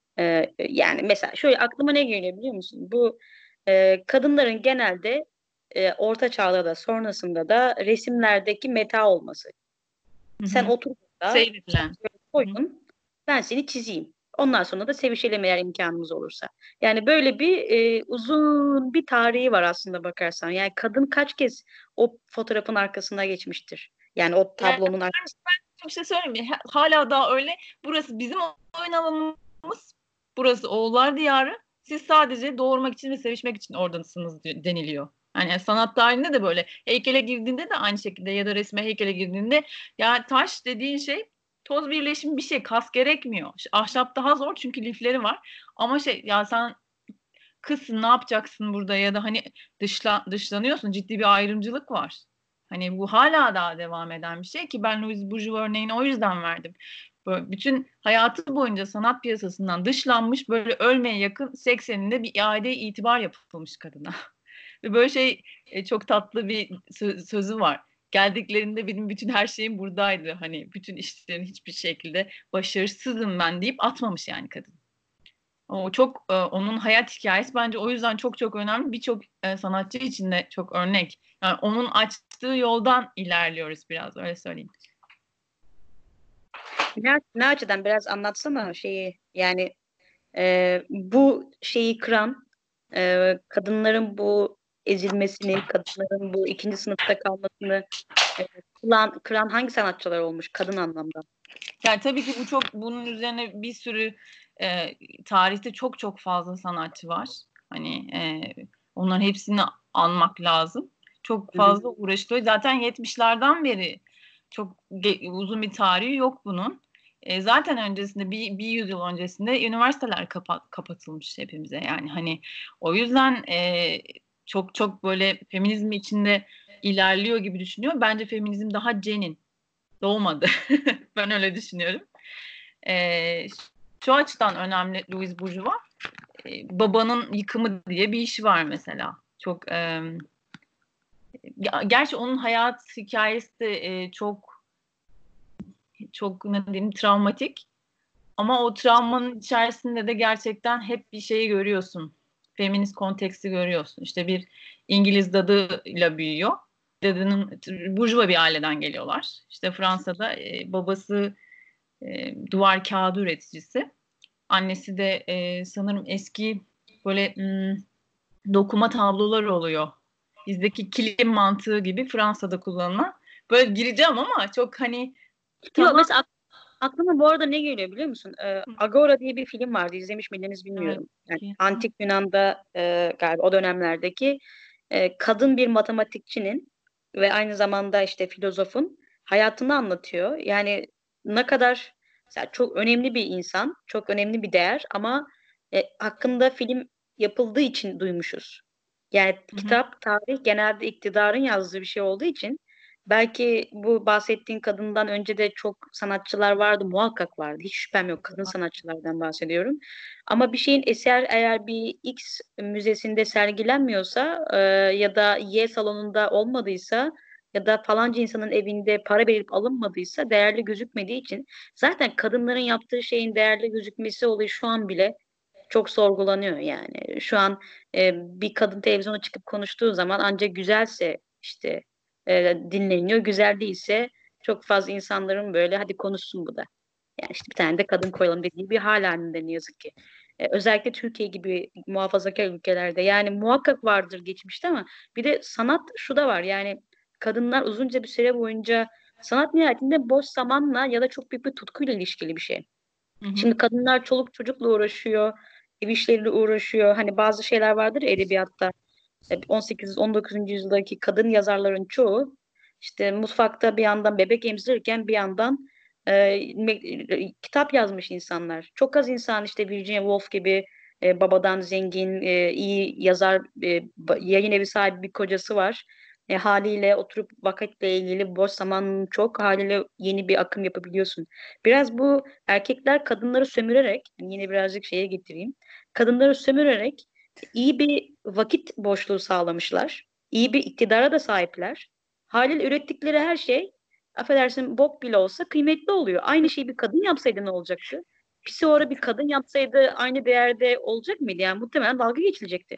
yani mesela şöyle aklıma ne geliyor biliyor musun? Bu kadınların genelde Orta Çağ'da da sonrasında da resimlerdeki meta olması. hı Sen hı. otur burada, Seyredilen. Hı hı. koydum. Ben seni çizeyim. Ondan sonra da sevişelim eğer imkanımız olursa. Yani böyle bir uzun bir tarihi var aslında bakarsan. Yani kadın kaç kez o fotoğrafın arkasına geçmiştir. Yani o Yani tablonun arkasına. bir şey söyleyeyim mi? Hala daha öyle. Burası bizim oyun alanımız. Burası oğullar diyarı. Siz sadece doğurmak için ve sevişmek için oradasınız deniliyor. Yani sanat tarihinde de böyle. Heykele girdiğinde de aynı şekilde ya da resme heykele girdiğinde ya taş dediğin şey toz birleşimi bir şey. Kas gerekmiyor. Ahşap daha zor çünkü lifleri var. Ama ya sen kızsın ne yapacaksın burada ya da hani dışlanıyorsun, ciddi bir ayrımcılık var. Hani bu hala daha devam eden bir şey ki ben Louise Bourgeois örneğini o yüzden verdim. Böyle bütün hayatı boyunca sanat piyasasından dışlanmış, böyle ölmeye yakın 80'inde bir iade itibar yapılmış kadına. Ve böyle çok tatlı bir sözü var. Geldiklerinde benim bütün her şeyim buradaydı. Hani bütün işlerin hiçbir şekilde başarısızım ben deyip atmamış yani kadın. O çok onun hayat hikayesi bence o yüzden çok çok önemli. Birçok sanatçı için de çok örnek. Yani onun açtığı yoldan ilerliyoruz biraz öyle söyleyeyim. Ne açıdan biraz anlatsana şeyi, yani bu şeyi kıran, kadınların bu ezilmesini, kadınların bu ikinci sınıfta kalmasını e, kıran hangi sanatçılar olmuş kadın anlamda? Yani tabii ki bunun üzerine bir sürü tarihte çok çok fazla sanatçı var. Hani onların hepsini anmak lazım. Çok Hı hı. fazla uğraşılıyor. Zaten 70'lerden beri çok uzun bir tarihi yok bunun. Zaten öncesinde bir yüzyıl öncesinde üniversiteler kapatılmış hepimize. Yani hani o yüzden çok çok böyle feminizm içinde ilerliyor gibi düşünüyor. Bence feminizm daha doğmadı. Ben öyle düşünüyorum. Ee, Şu açıdan önemli Louise Bourgeois. Babanın yıkımı diye bir işi var mesela. Gerçi onun hayat hikayesi de çok çok ne diyeyim travmatik. Ama o travmanın içerisinde de gerçekten hep bir şeyi görüyorsun. Feminist konteksti görüyorsun. İşte bir İngiliz dadıyla büyüyor. Dadının burjuva bir aileden geliyorlar. İşte Fransa'da babası duvar kağıdı üreticisi. Annesi de sanırım eski böyle dokuma tablolar oluyor. Bizdeki kilim mantığı gibi Fransa'da kullanılan. Böyle gireceğim ama çok hani Yok, tamam. mesela aklıma bu arada ne geliyor biliyor musun? Agora diye bir film vardı. İzlemiş miydiniz Evet. bilmiyorum. Yani Antik Yunan'da galiba o dönemlerdeki kadın bir matematikçinin ve aynı zamanda işte filozofun hayatını anlatıyor. Yani ne kadar mesela çok önemli bir insan, çok önemli bir değer ama hakkında film yapıldığı için duymuşuz. Yani Hı hı. kitap, tarih genelde iktidarın yazdığı bir şey olduğu için belki bu bahsettiğin kadından önce de çok sanatçılar vardı, muhakkak vardı. Hiç şüphem yok. Kadın sanatçılardan bahsediyorum. Ama bir şeyin eser eğer bir X müzesinde sergilenmiyorsa ya da Y salonunda olmadıysa ya da falanca insanın evinde para verip alınmadıysa değerli gözükmediği için zaten kadınların yaptığı şeyin değerli gözükmesi olayı şu an bile çok sorgulanıyor yani. Şu an bir kadın televizyona çıkıp konuştuğu zaman ancak güzelse işte dinleniyor. Güzel değilse Çok fazla insanların böyle hadi konuşsun bu da. Yani işte bir tane de kadın koyalım dediği bir hal halinde ne yazık ki. Özellikle Türkiye gibi muhafazakar ülkelerde yani muhakkak vardır geçmişte ama bir de sanat şu da var yani kadınlar uzunca bir süre boyunca sanat nihayetinde boş zamanla ya da çok büyük bir tutkuyla ilişkili bir şey. Hı hı. Şimdi kadınlar çoluk çocukla uğraşıyor, ev işleriyle uğraşıyor. Hani bazı şeyler vardır ya edebiyatta. 18-19. yüzyıldaki kadın yazarların çoğu işte mutfakta bir yandan bebek emzirirken bir yandan kitap yazmış insanlar. Çok az insan işte Virginia Woolf gibi babadan zengin, iyi yazar, yayın evi sahibi bir kocası var. Haliyle oturup vakitle ilgili boş zaman çok haliyle yeni bir akım yapabiliyorsun. Biraz bu erkekler kadınları sömürerek, yani yine birazcık şeye getireyim. Kadınları sömürerek iyi bir vakit boşluğu sağlamışlar. İyi bir iktidara da sahipler. Haliyle ürettikleri her şey, affedersin bok bile olsa kıymetli oluyor. Aynı şeyi bir kadın yapsaydı ne olacaktı? Pisiora bir kadın yapsaydı aynı değerde olacak mıydı? Yani muhtemelen dalga geçilecekti.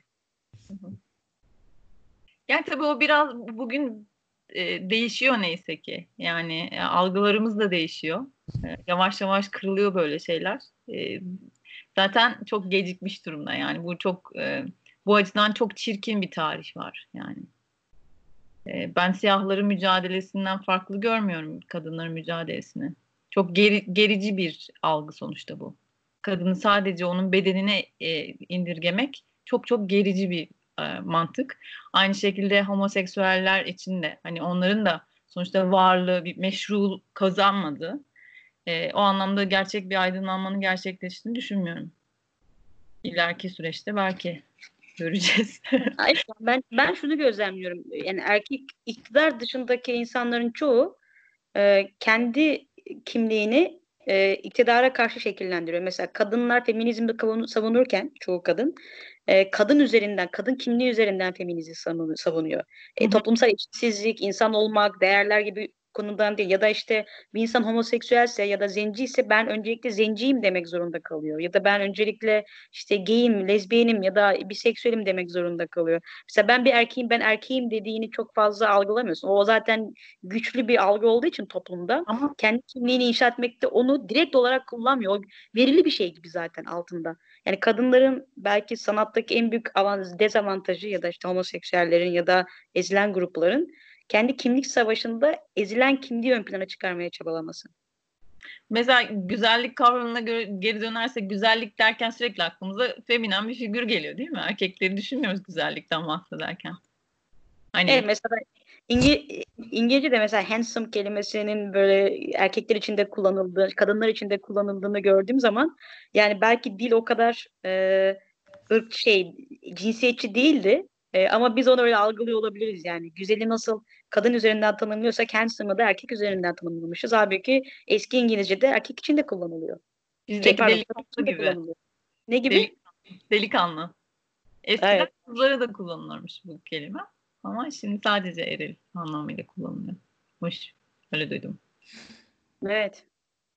Yani tabii o biraz bugün değişiyor neyse ki. Yani algılarımız da değişiyor. Yavaş yavaş kırılıyor böyle şeyler. Zaten çok gecikmiş durumda yani. Bu çok bu açıdan çok çirkin bir tarih var yani. Ben siyahların mücadelesinden farklı görmüyorum kadınların mücadelesini. Çok gerici bir algı sonuçta bu. Kadını sadece onun bedenine indirgemek çok çok gerici bir mantık. Aynı şekilde homoseksüeller için de hani onların da sonuçta varlığı bir meşru kazanmadı. O anlamda gerçek bir aydınlanmanın gerçekleştiğini düşünmüyorum. İleriki süreçte belki göreceğiz. Hayır, ben şunu gözlemliyorum. Yani erkek iktidar dışındaki insanların çoğu kendi kimliğini iktidara karşı şekillendiriyor. Mesela kadınlar feminizmi savunurken çoğu kadın kadın üzerinden, kadın kimliği üzerinden feminizmi savunuyor. Hı hı. Toplumsal eşitsizlik, insan olmak, değerler gibi konudan değil ya da işte bir insan homoseksüelse ya da zenci ise ben öncelikle zenciyim demek zorunda kalıyor. Ya da ben öncelikle işte gayim, lezbiyenim ya da biseksüelim demek zorunda kalıyor. Mesela ben bir erkeğim, ben erkeğim dediğini çok fazla algılamıyorsun. O zaten güçlü bir algı olduğu için toplumda Ama kendi kimliğini inşa etmekte onu direkt olarak kullanmıyor. O verili bir şey gibi zaten altında. Yani kadınların belki sanattaki en büyük dezavantajı ya da işte homoseksüellerin ya da ezilen grupların kendi kimlik savaşında ezilen kimliği ön plana çıkarmaya çabalaması. mesela güzellik kavramına göre geri dönersek güzellik derken sürekli aklımıza feminen bir figür geliyor değil mi? Erkekleri düşünmüyoruz güzellikten bahsederken. Evet Hani mesela İngilizce'de mesela handsome kelimesinin böyle erkekler için de kullanıldığı, kadınlar için de kullanıldığını gördüğüm zaman yani belki dil o kadar cinsiyetçi değildi. Ama biz onu öyle algılıyor olabiliriz yani. Güzeli nasıl kadın üzerinden tanımlıyorsak handsome'ı da erkek üzerinden tanımlamışız. Halbuki eski İngilizce'de erkek için de kullanılıyor. bizdeki Pardon, kadın delikanlı için de gibi. kullanılıyor. Ne gibi? Delik, delikanlı. Eskiden Evet. kızlara da kullanılırmış bu kelime. Ama şimdi sadece eril anlamıyla kullanılıyor. Hoş. Öyle duydum. Evet.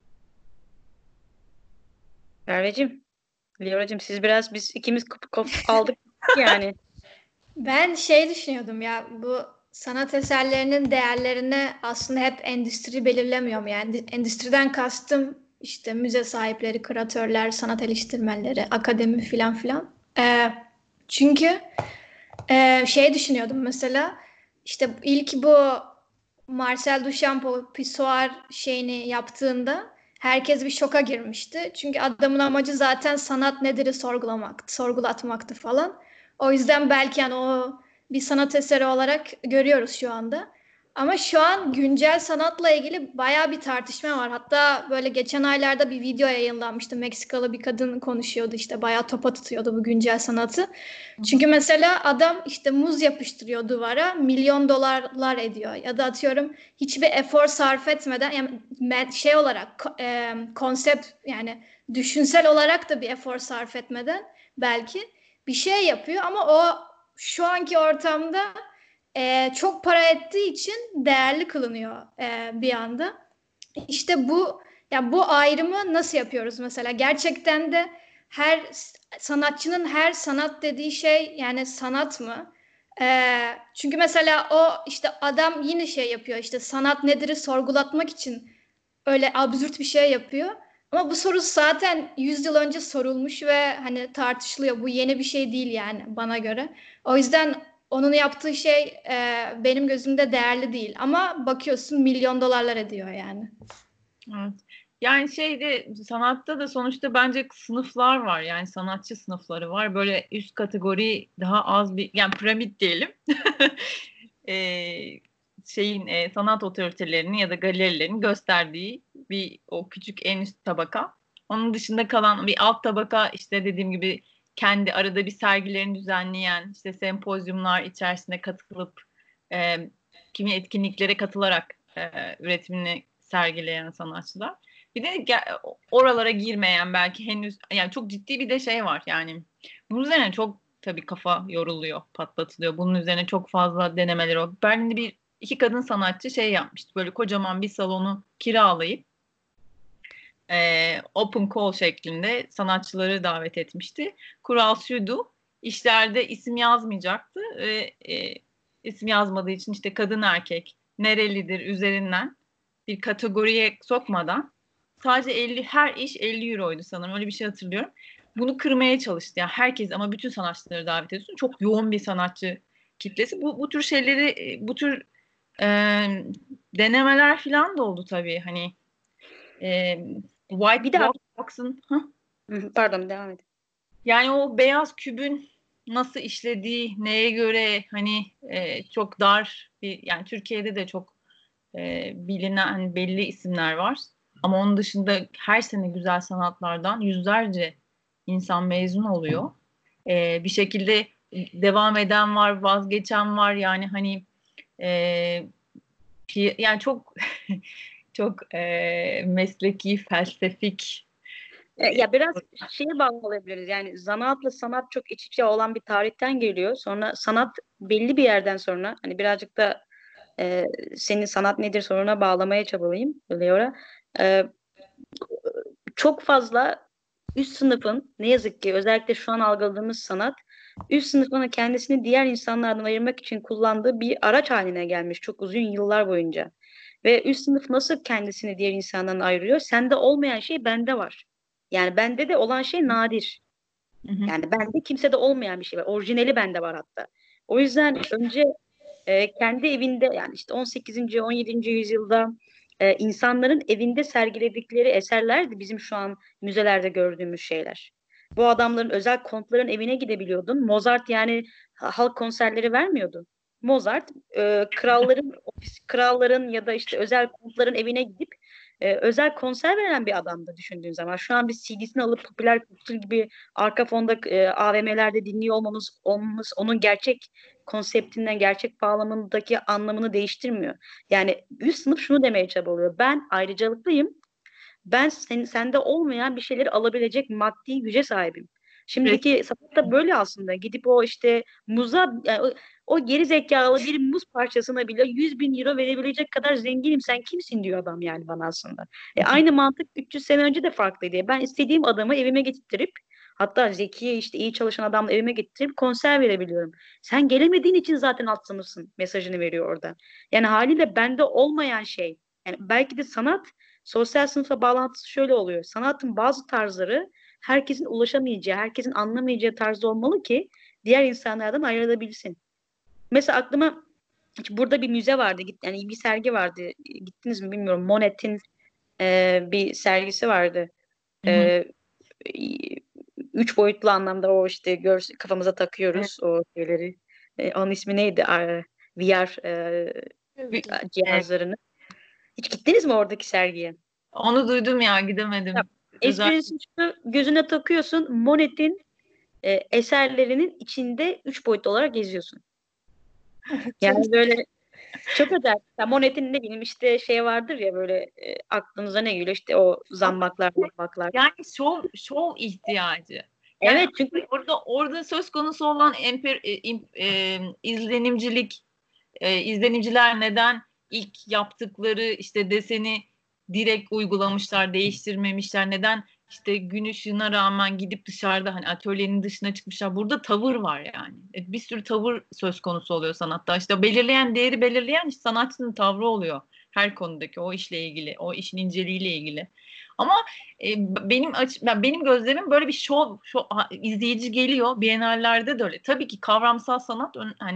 Merveciğim, Lioracığım siz biraz biz ikimiz aldık yani. Ben şey düşünüyordum ya, bu sanat eserlerinin değerlerini aslında hep endüstri belirlemiyor mu? Yani endüstriden kastım işte müze sahipleri, küratörler, sanat eleştirmenleri, akademi filan filan. Çünkü şey düşünüyordum mesela, işte ilk bu Marcel Duchamp o Pissoir şeyini yaptığında herkes bir şoka girmişti. Çünkü adamın amacı zaten sanat nedir'i sorgulatmaktı falan. O yüzden belki yani o bir sanat eseri olarak görüyoruz şu anda. Ama şu an güncel sanatla ilgili bayağı bir tartışma var. Hatta böyle geçen aylarda bir video yayınlanmıştı. Meksikalı bir kadın konuşuyordu, işte bayağı topa tutuyordu bu güncel sanatı. Çünkü mesela adam işte muz yapıştırıyor duvara, milyon dolarlar ediyor. Ya da atıyorum hiçbir efor sarf etmeden, yani şey olarak konsept, yani düşünsel olarak da bir efor sarf etmeden belki bir şey yapıyor ama o şu anki ortamda çok para ettiği için değerli kılınıyor bir anda. İşte bu, ya bu ayrımı nasıl yapıyoruz mesela? Gerçekten de her sanatçının her sanat dediği şey yani sanat mı? Çünkü mesela o işte adam yine şey yapıyor, işte sanat nedir'i sorgulatmak için öyle absürt bir şey yapıyor. Ama bu soru zaten 100 yıl önce sorulmuş ve hani tartışılıyor. Bu yeni bir şey değil yani bana göre. O yüzden onun yaptığı şey benim gözümde değerli değil. Ama bakıyorsun milyon dolarlar ediyor yani. Evet. Yani şeyde sanatta da sonuçta bence sınıflar var. Yani sanatçı sınıfları var. Böyle üst kategori daha az bir yani piramit diyelim. Sanat otoritelerinin ya da galerilerin gösterdiği bir o küçük en üst tabaka. Onun dışında kalan bir alt tabaka işte dediğim gibi kendi arada bir sergilerini düzenleyen işte sempozyumlar içerisinde katılıp e, kimi etkinliklere katılarak üretimini sergileyen sanatçılar. Bir de oralara girmeyen belki henüz yani çok ciddi bir de şey var yani bunun üzerine çok tabii kafa yoruluyor, patlatılıyor. Bunun üzerine çok fazla denemeler oldu. Berlin'de iki kadın sanatçı şey yapmıştı. Böyle kocaman bir salonu kiralayıp open call şeklinde sanatçıları davet etmişti. Kural şuydu. İşlerde isim yazmayacaktı. İsim yazmadığı için işte kadın erkek nerelidir üzerinden bir kategoriye sokmadan sadece her iş 50 euroydu sanırım. Öyle bir şey hatırlıyorum. Bunu kırmaya çalıştı. Yani herkes ama bütün sanatçıları davet ediyorsun. Çok yoğun bir sanatçı kitlesi. Bu tür şeyleri bu tür e, denemeler falan da oldu tabii. Hani White Bir de Box'ın pardon, devam edin. yani o beyaz kübün nasıl işlediği, neye göre hani çok dar bir yani Türkiye'de de çok bilinen belli isimler var. Ama onun dışında her sene güzel sanatlardan yüzlerce insan mezun oluyor. Bir şekilde devam eden var, vazgeçen var. Yani hani e, yani çok çok mesleki, felsefik. Ya biraz şeye bağlayabiliriz. Yani zanaatla sanat çok iç içe olan bir tarihten geliyor. Sonra sanat belli bir yerden sonra hani birazcık da e, senin sanat nedir soruna bağlamaya çabalayayım Leora. E, Çok fazla üst sınıfın ne yazık ki özellikle şu an algıladığımız sanat üst sınıfın kendisini diğer insanlardan ayırmak için kullandığı bir araç haline gelmiş çok uzun yıllar boyunca. Ve üst sınıf nasıl kendisini diğer insandan ayırıyor? Sende olmayan şey bende var. Yani bende de olan şey nadir. Hı hı. Yani bende kimsede olmayan bir şey var. Orijinali bende var hatta. O yüzden önce kendi evinde yani işte 18. 17. yüzyılda insanların evinde sergiledikleri eserlerdi bizim şu an müzelerde gördüğümüz şeyler. Bu adamların özel kontların evine gidebiliyordun. Mozart yani halk konserleri vermiyordu. Mozart kralların ya da işte özel kontların evine gidip özel konser veren bir adamdı düşündüğün zaman. Şu an biz CD'sini alıp popüler kültür gibi arka fonda AVM'lerde dinliyor olmamız onun gerçek konseptinden, gerçek bağlamındaki anlamını değiştirmiyor. Yani üst sınıf şunu demeye çabalıyor. Ben ayrıcalıklıyım. Ben sende olmayan bir şeyleri alabilecek maddi güce sahibim. Şimdiki sanat da böyle aslında. Gidip o işte muza yani o geri zekalı bir muz parçasına bile 100 bin euro verebilecek kadar zenginim. Sen kimsin diyor adam yani bana aslında. Aynı mantık 300 sene önce de farklıydı. Ben istediğim adamı evime getirttirip hatta zeki işte iyi çalışan adamla evime getirip konser verebiliyorum. Sen gelemediğin için zaten alt sınıfsın mesajını veriyor orada. Yani haliyle bende olmayan şey. Yani belki de sanat sosyal sınıfla bağlantısı şöyle oluyor. Sanatın bazı tarzları herkesin ulaşamayacağı, herkesin anlamayacağı tarzda olmalı ki diğer insanlardan ayrılabilsin. Mesela aklıma burada bir müze vardı, yani bir sergi vardı. Gittiniz mi bilmiyorum. Monet'in bir sergisi vardı. Hı hı. E, Üç boyutlu anlamda o işte kafamıza Evet. takıyoruz o şeyleri. Onun ismi neydi? VR Evet. cihazlarını. Hiç gittiniz mi oradaki sergiye? Onu duydum ya Ya, gidemedim. Özel. esprisi şu, gözüne takıyorsun Monet'in eserlerinin içinde üç boyutlu olarak geziyorsun. Yani böyle çok acayip. Ya Monet'in ne bileyim işte şey vardır ya böyle aklınıza ne geliyor işte o zambaklar, zambaklar. Yani şov ihtiyacı. Yani Evet çünkü orada söz konusu olan izlenimcilik, izlenimciler neden ilk yaptıkları işte deseni direkt uygulamışlar, değiştirmemişler, neden işte gün ışığına rağmen gidip dışarıda hani atölyenin dışına çıkmışlar. Burada tavır var yani. Bir sürü tavır söz konusu oluyor sanatta. İşte değeri belirleyen işte sanatçının tavrı oluyor. Her konudaki o işle ilgili, o işin inceliğiyle ilgili. Ama benim gözlemim böyle bir izleyici geliyor. Bienallerde de öyle. Tabii ki kavramsal sanat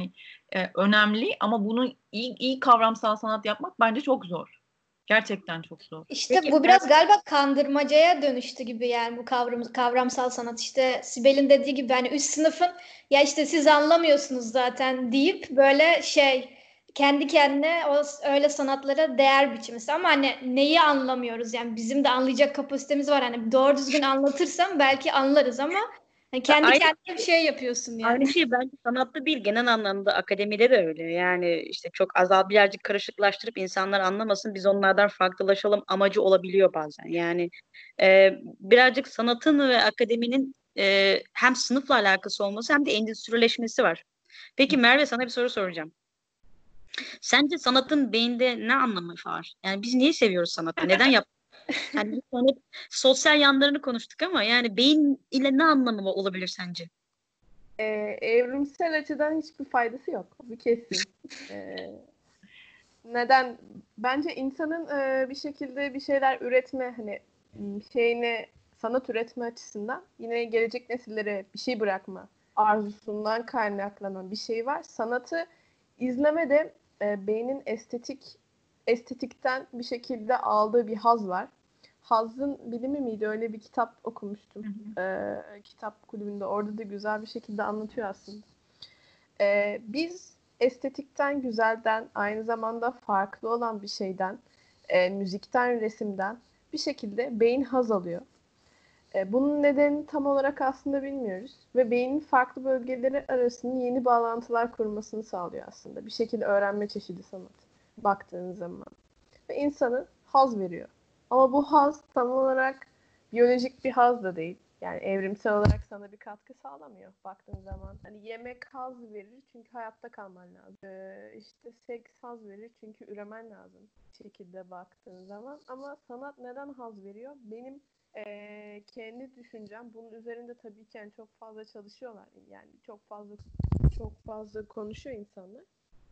önemli ama bunu iyi kavramsal sanat yapmak bence çok zor. Gerçekten çok zor. İşte Peki, bu biraz galiba kandırmacaya dönüştü gibi yani bu kavramsal sanat. İşte Sibel'in dediği gibi hani üst sınıfın ya işte siz anlamıyorsunuz zaten deyip böyle kendi kendine öyle sanatlara değer biçmesi. Ama hani neyi anlamıyoruz yani bizim de anlayacak kapasitemiz var. Hani doğru düzgün anlatırsam belki anlarız ama hani kendi Aynı- kendine bir şey yapıyorsun yani. Aynı şey bence sanatta değil, genel anlamda akademide de öyle. Yani işte çok birazcık karışıklaştırıp insanlar anlamasın, biz onlardan farklılaşalım amacı olabiliyor bazen. Yani birazcık sanatın ve akademinin hem sınıfla alakası olması hem de endüstrileşmesi var. Peki Merve, sana bir soru soracağım. Sence sanatın beyinde ne anlamı var? Yani biz niye seviyoruz sanatı? Neden yani biz hani sosyal yanlarını konuştuk ama yani beyin ile ne anlamı olabilir sence? Evrimsel açıdan hiçbir faydası yok. Bu kesin. Ee, Neden? Bence insanın bir şekilde bir şeyler üretme hani sanat üretme açısından yine gelecek nesillere bir şey bırakma arzusundan kaynaklanan bir şey var. Sanatı izleme de beynin estetikten bir şekilde aldığı bir haz var. Hazın bilimi miydi? Öyle bir kitap okumuştum. Kitap kulübünde. Orada da güzel bir şekilde anlatıyor aslında. Biz estetikten, güzelden, aynı zamanda farklı olan bir şeyden, müzikten, resimden bir şekilde beyin haz alıyor. Bunun nedenini tam olarak aslında bilmiyoruz ve beynin farklı bölgeleri arasında yeni bağlantılar kurmasını sağlıyor aslında. Bir şekilde öğrenme çeşidi sanat baktığın zaman. Ve insanı haz veriyor. Ama bu haz tam olarak biyolojik bir haz da değil. Yani evrimsel olarak sana bir katkı sağlamıyor baktığın zaman. Hani yemek haz verir çünkü hayatta kalman lazım. İşte seks haz verir çünkü üremen lazım bir şekilde baktığın zaman. Ama sanat neden haz veriyor? Benim kendi düşüncem bunun üzerinde tabii ki yani çok fazla çalışıyorlar. Yani çok fazla konuşuyor insanlar.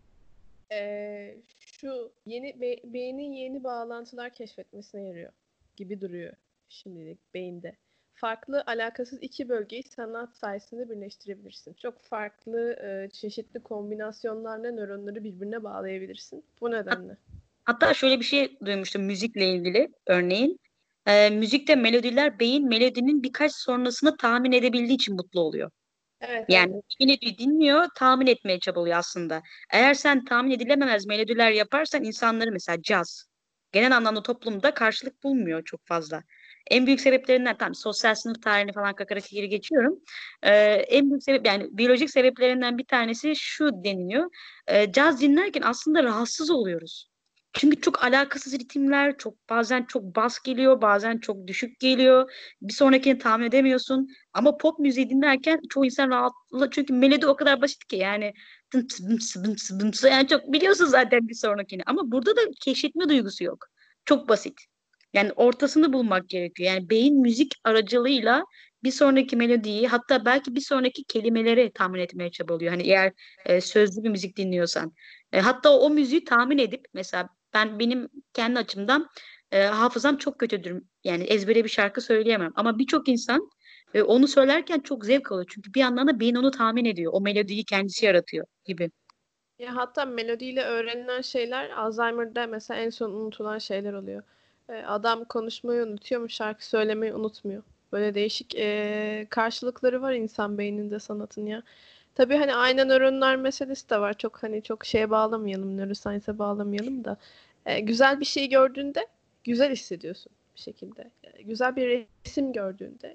Şu beynin yeni bağlantılar keşfetmesine yarıyor gibi duruyor şimdilik beyinde. Farklı alakasız iki bölgeyi sanat sayesinde birleştirebilirsin. Çok farklı çeşitli kombinasyonlarla nöronları birbirine bağlayabilirsin. Bu nedenle. Hatta şöyle bir şey duymuştum müzikle ilgili örneğin. Müzikte melodiler beyin melodinin birkaç sonrasını tahmin edebildiği için mutlu oluyor. Evet, Yani evet. melodiyi dinliyor, tahmin etmeye çabalıyor aslında. Eğer sen tahmin edilememez melodiler yaparsan insanları mesela caz genel anlamda toplumda karşılık bulmuyor çok fazla. En büyük sebeplerinden tam sosyal sınıf tarihini falan kakarak geri geçiyorum. En büyük sebep yani biyolojik sebeplerinden bir tanesi şu deniliyor. Caz dinlerken aslında rahatsız oluyoruz. Çünkü çok alakasız ritimler, bazen çok bas geliyor, bazen çok düşük geliyor. Bir sonrakini tahmin edemiyorsun. Ama pop müziği dinlerken çoğu insan rahatla çünkü melodi o kadar basit ki yani tıms bıms bıms bıms yani çok biliyorsun zaten bir sonrakini. Ama burada da keşfetme duygusu yok. Çok basit. Yani ortasını bulmak gerekiyor. Yani beyin müzik aracılığıyla bir sonraki melodiyi hatta belki bir sonraki kelimeleri tahmin etmeye çabalıyor. Hani eğer sözlü bir müzik dinliyorsan. Hatta o müziği tahmin edip mesela benim kendi açımdan hafızam çok kötüdür. Yani ezbere bir şarkı söyleyemem. Ama birçok insan onu söylerken çok zevk alıyor. Çünkü bir yandan da beyin onu tahmin ediyor. O melodiyi kendisi yaratıyor gibi. Ya hatta melodiyle öğrenilen şeyler Alzheimer'da mesela en son unutulan şeyler oluyor. Adam konuşmayı unutuyor mu, şarkı söylemeyi unutmuyor. Böyle değişik karşılıkları var insan beyninde sanatın ya. Tabii hani ayna nöronlar meselesi de var. Çok şeye bağlamayalım, neuroscience'e bağlamayalım da. Güzel bir şey gördüğünde güzel hissediyorsun bir şekilde. Güzel bir resim gördüğünde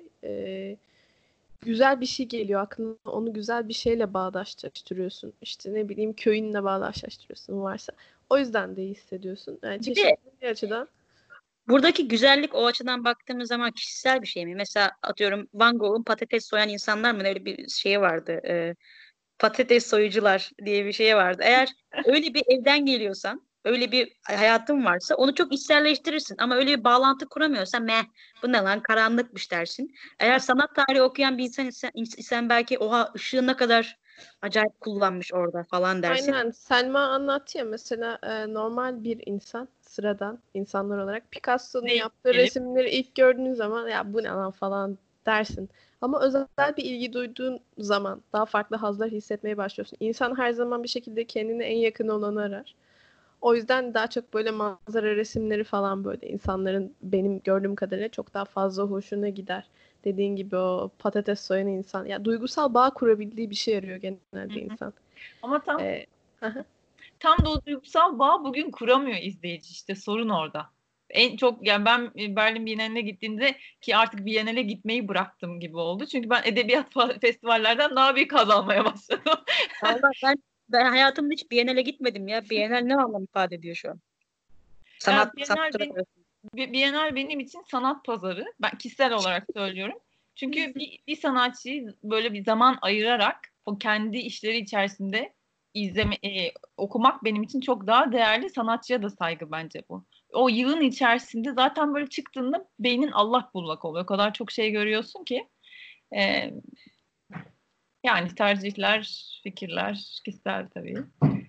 güzel bir şey geliyor aklına, onu güzel bir şeyle bağdaştırıyorsun. İşte ne bileyim köyünle bağdaştırıyorsun varsa. O yüzden de iyi hissediyorsun. Yani Bir de çeşitli bir açıdan. buradaki güzellik o açıdan baktığımız zaman kişisel bir şey mi? Mesela atıyorum Van Gogh'un patates soyan insanlar mı öyle bir şey vardı. Patates soyucular diye bir şey vardı. Eğer öyle bir evden geliyorsan öyle bir hayatın varsa onu çok içselleştirirsin. Ama öyle bir bağlantı kuramıyorsan meh bu ne lan karanlıkmış dersin. Eğer sanat tarihi okuyan bir insan belki oha ışığı ne kadar acayip kullanmış orada falan dersin. Aynen. Selma anlattı ya mesela normal bir insan, sıradan insanlar olarak Picasso'nun Değil, yaptığı gelip. resimleri ilk gördüğün zaman ya bu ne lan falan dersin. Ama özel bir ilgi duyduğun zaman daha farklı hazlar hissetmeye başlıyorsun. İnsan her zaman bir şekilde kendine en yakın olanı arar. O yüzden daha çok böyle manzara resimleri falan böyle insanların benim gördüğüm kadarıyla çok daha fazla hoşuna gider. Dediğin gibi o patates soyan insan. Ya duygusal bağ kurabildiği bir şey arıyor genelde insan. Ama Ee, aha. tam da o duygusal bağ bugün kuramıyor izleyici, işte sorun orada. En çok yani ben Berlin Bienali'ne gittiğimde ki artık Bienal'e gitmeyi bıraktım gibi oldu. Çünkü ben edebiyat festivallerden daha büyük haz almaya başladım. Vallahi ben hayatımda hiç Biennale gitmedim ya. Bienal ne anlam ifade ediyor şu an? Yani Sanatçılar arasında. Bienal benim için sanat pazarı. Ben kişisel olarak söylüyorum. Çünkü bir sanatçıyı böyle bir zaman ayırarak o kendi işleri içerisinde okumak benim için çok daha değerli. Sanatçıya da saygı bence bu. O yığın içerisinde zaten böyle çıktığında beynin allak bullak oluyor. O kadar çok şey görüyorsun ki. E, Yani tercihler, fikirler kişisel tabii.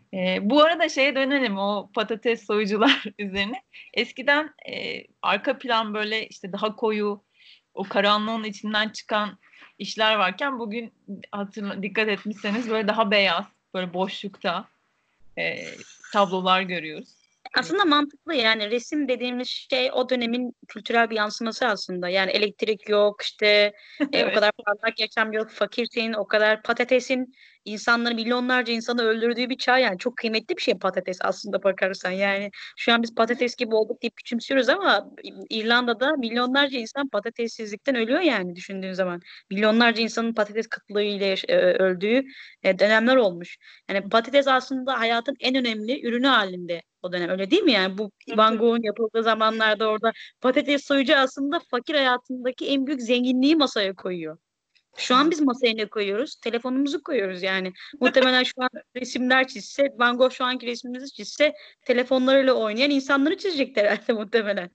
Bu arada şeye dönelim, o patates soyucular üzerine. Eskiden arka plan böyle işte daha koyu, o karanlığın içinden çıkan işler varken bugün dikkat etmişseniz böyle daha beyaz, böyle boşlukta e, tablolar görüyoruz. Aslında mantıklı yani resim dediğimiz şey o dönemin kültürel bir yansıması aslında. Yani elektrik yok işte o Evet. kadar parlak yaşam yok, fakirsin, o kadar patatesin insanları milyonlarca insanı öldürdüğü bir çağ yani çok kıymetli bir şey patates aslında bakarsan. Yani şu an biz patates gibi olduk deyip küçümsüyoruz ama İrlanda'da milyonlarca insan patatessizlikten ölüyor yani düşündüğün zaman. Milyonlarca insanın patates kıtlığıyla öldüğü dönemler olmuş. Yani patates aslında hayatın en önemli ürünü halinde o dönem öyle değil mi? Yani bu Tabii, Van tabii. Gogh'un yapıldığı zamanlarda orada patates soyucu aslında fakir hayatındaki en büyük zenginliği masaya koyuyor. Şu an biz masaya ne koyuyoruz? Telefonumuzu koyuyoruz yani. Muhtemelen şu an resimler çizse, Van Gogh şu anki resmimizi çizse telefonlarıyla oynayan insanları çizecekler herhalde muhtemelen.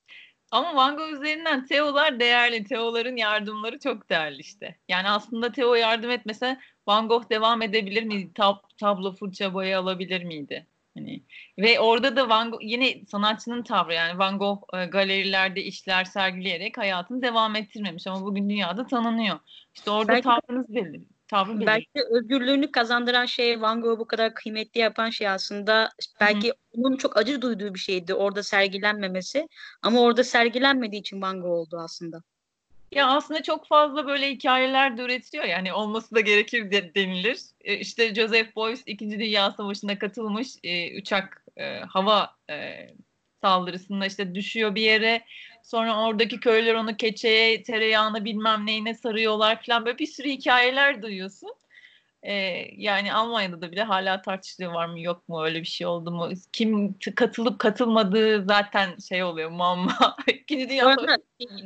Ama Van Gogh üzerinden Teo'lar değerli. Teo'ların yardımları çok değerli işte. Yani aslında Teo yardım etmese Van Gogh devam edebilir miydi? Tablo, fırça, boya alabilir miydi? Hani ve orada da Van Gogh yine sanatçının tavrı, yani Van Gogh galerilerde işler sergileyerek hayatını devam ettirmemiş ama bugün dünyada tanınıyor. İşte orada Belki de tavrı Belki belirli. de özgürlüğünü kazandıran şey Van Gogh'u bu kadar kıymetli yapan şey aslında Hı. belki onun çok acı duyduğu bir şeydi orada sergilenmemesi ama orada sergilenmediği için Van Gogh oldu aslında. Ya aslında çok fazla böyle hikayeler de üretiliyor, yani olması da gerekir denilir. İşte Joseph Beuys 2. Dünya Savaşı'na katılmış, uçak hava saldırısında işte düşüyor bir yere. Sonra oradaki köylüler onu keçeye, tereyağına bilmem neyine sarıyorlar falan, böyle bir sürü hikayeler duyuyorsun. E, Yani Almanya'da da bile hala tartışılıyor, var mı yok mu, öyle bir şey oldu mu? Kim katılıp katılmadığı zaten şey oluyor, muamma. 2. Bu Dünya Savaşı arada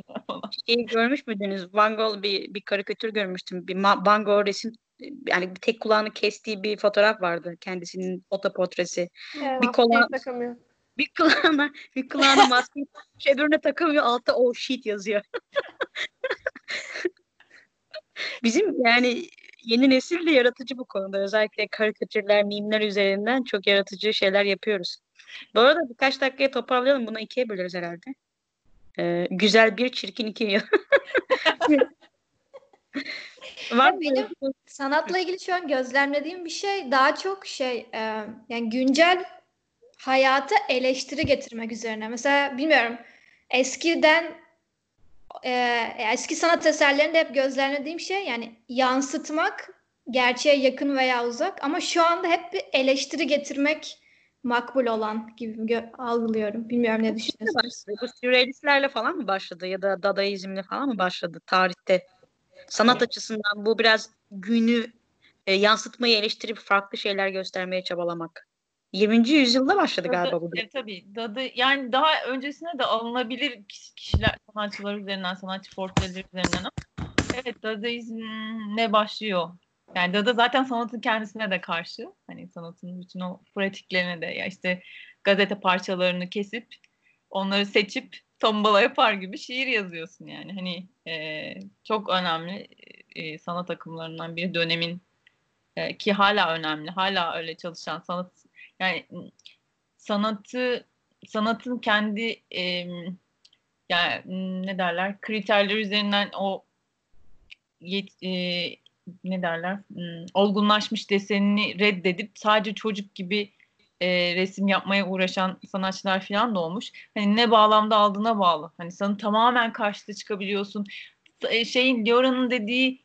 şeyi görmüş müydünüz? Van Gogh bir karikatür görmüştüm. Van Gogh resim yani tek kulağını kestiği bir fotoğraf vardı. Kendisinin otoportresi. Bir Maskeyi kola takamıyor. bir kulağına maske öbürüne takılıyor altta oh shit yazıyor. Bizim yani yeni nesil de yaratıcı bu konuda. Özellikle karikatürler, mimler üzerinden çok yaratıcı şeyler yapıyoruz. Bu arada birkaç dakikaya toparlayalım. Bunu ikiye böleriz herhalde. Güzel bir, çirkin iki. Var Ya mı böyle benim sanatla ilgili şu an gözlemlediğim bir şey daha çok yani güncel hayata eleştiri getirmek üzerine. Mesela bilmiyorum, eskiden eski sanat eserlerinde hep gözlemlediğim şey yani yansıtmak, gerçeğe yakın veya uzak, ama şu anda hep bir eleştiri getirmek makbul olan gibi algılıyorum. Bilmiyorum, ne düşünüyorsunuz? başladı? Bu sürrealistlerle falan mı başladı ya da dadaizmle falan mı başladı tarihte? Sanat açısından bu biraz günü yansıtmayı eleştirip farklı şeyler göstermeye çabalamak. 20. yüzyılda başladı galiba bu. Tabii dadı, yani daha öncesine de alınabilir kişiler, sanatçılar üzerinden, sanatçı portreleri üzerinden, ama evet, dadaizm ne başlıyor. Yani Dada zaten sanatın kendisine de karşı. Hani sanatın bütün o pratiklerine de, ya işte gazete parçalarını kesip onları seçip tombala yapar gibi şiir yazıyorsun yani. Hani çok önemli sanat akımlarından biri dönemin ki hala önemli. Hala öyle çalışan sanat yani sanatın kendi yani ne derler kriterler üzerinden o ne derler olgunlaşmış desenini reddedip sadece çocuk gibi resim yapmaya uğraşan sanatçılar falan da olmuş. Hani ne bağlamda aldığına bağlı. Hani sana tamamen karşıta çıkabiliyorsun. Diora'nın dediği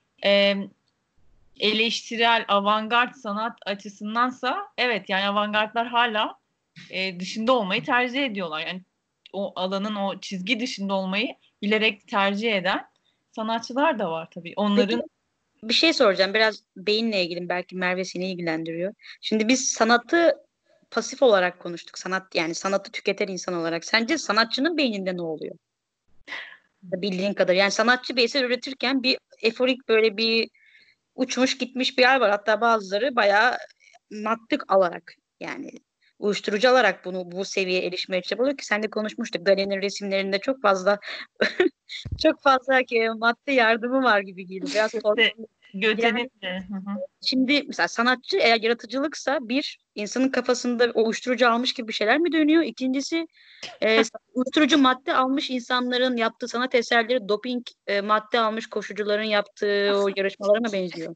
eleştirel avantgard sanat açısındansa evet yani avantgardlar hala dışında olmayı tercih ediyorlar. Yani o alanın o çizgi dışında olmayı bilerek tercih eden sanatçılar da var tabii. Onların Peki bir şey soracağım. Biraz beyinle ilgili belki Merve seni ilgilendiriyor. Şimdi biz sanatı pasif olarak konuştuk. Sanat yani sanatı tüketen insan olarak. Sence sanatçının beyninde ne oluyor? Bildiğin kadar. Yani sanatçı bir eser üretirken bir eforik böyle bir uçmuş gitmiş bir yer var. Hatta bazıları bayağı madde alarak yani uyuşturucu alarak bu seviyeye erişmeye çabalıyor ki sen de konuşmuştuk. Dali'nin resimlerinde çok fazla çok fazla madde yardımı var gibi geliyor. Biraz korkunç. Yani Göte'nin de. Hı hı. şimdi mesela sanatçı eğer yaratıcılıksa bir insanın kafasında o uyuşturucu almış gibi bir şeyler mi dönüyor? İkincisi uyuşturucu madde almış insanların yaptığı sanat eserleri doping madde almış koşucuların yaptığı o yarışmalara mı benziyor?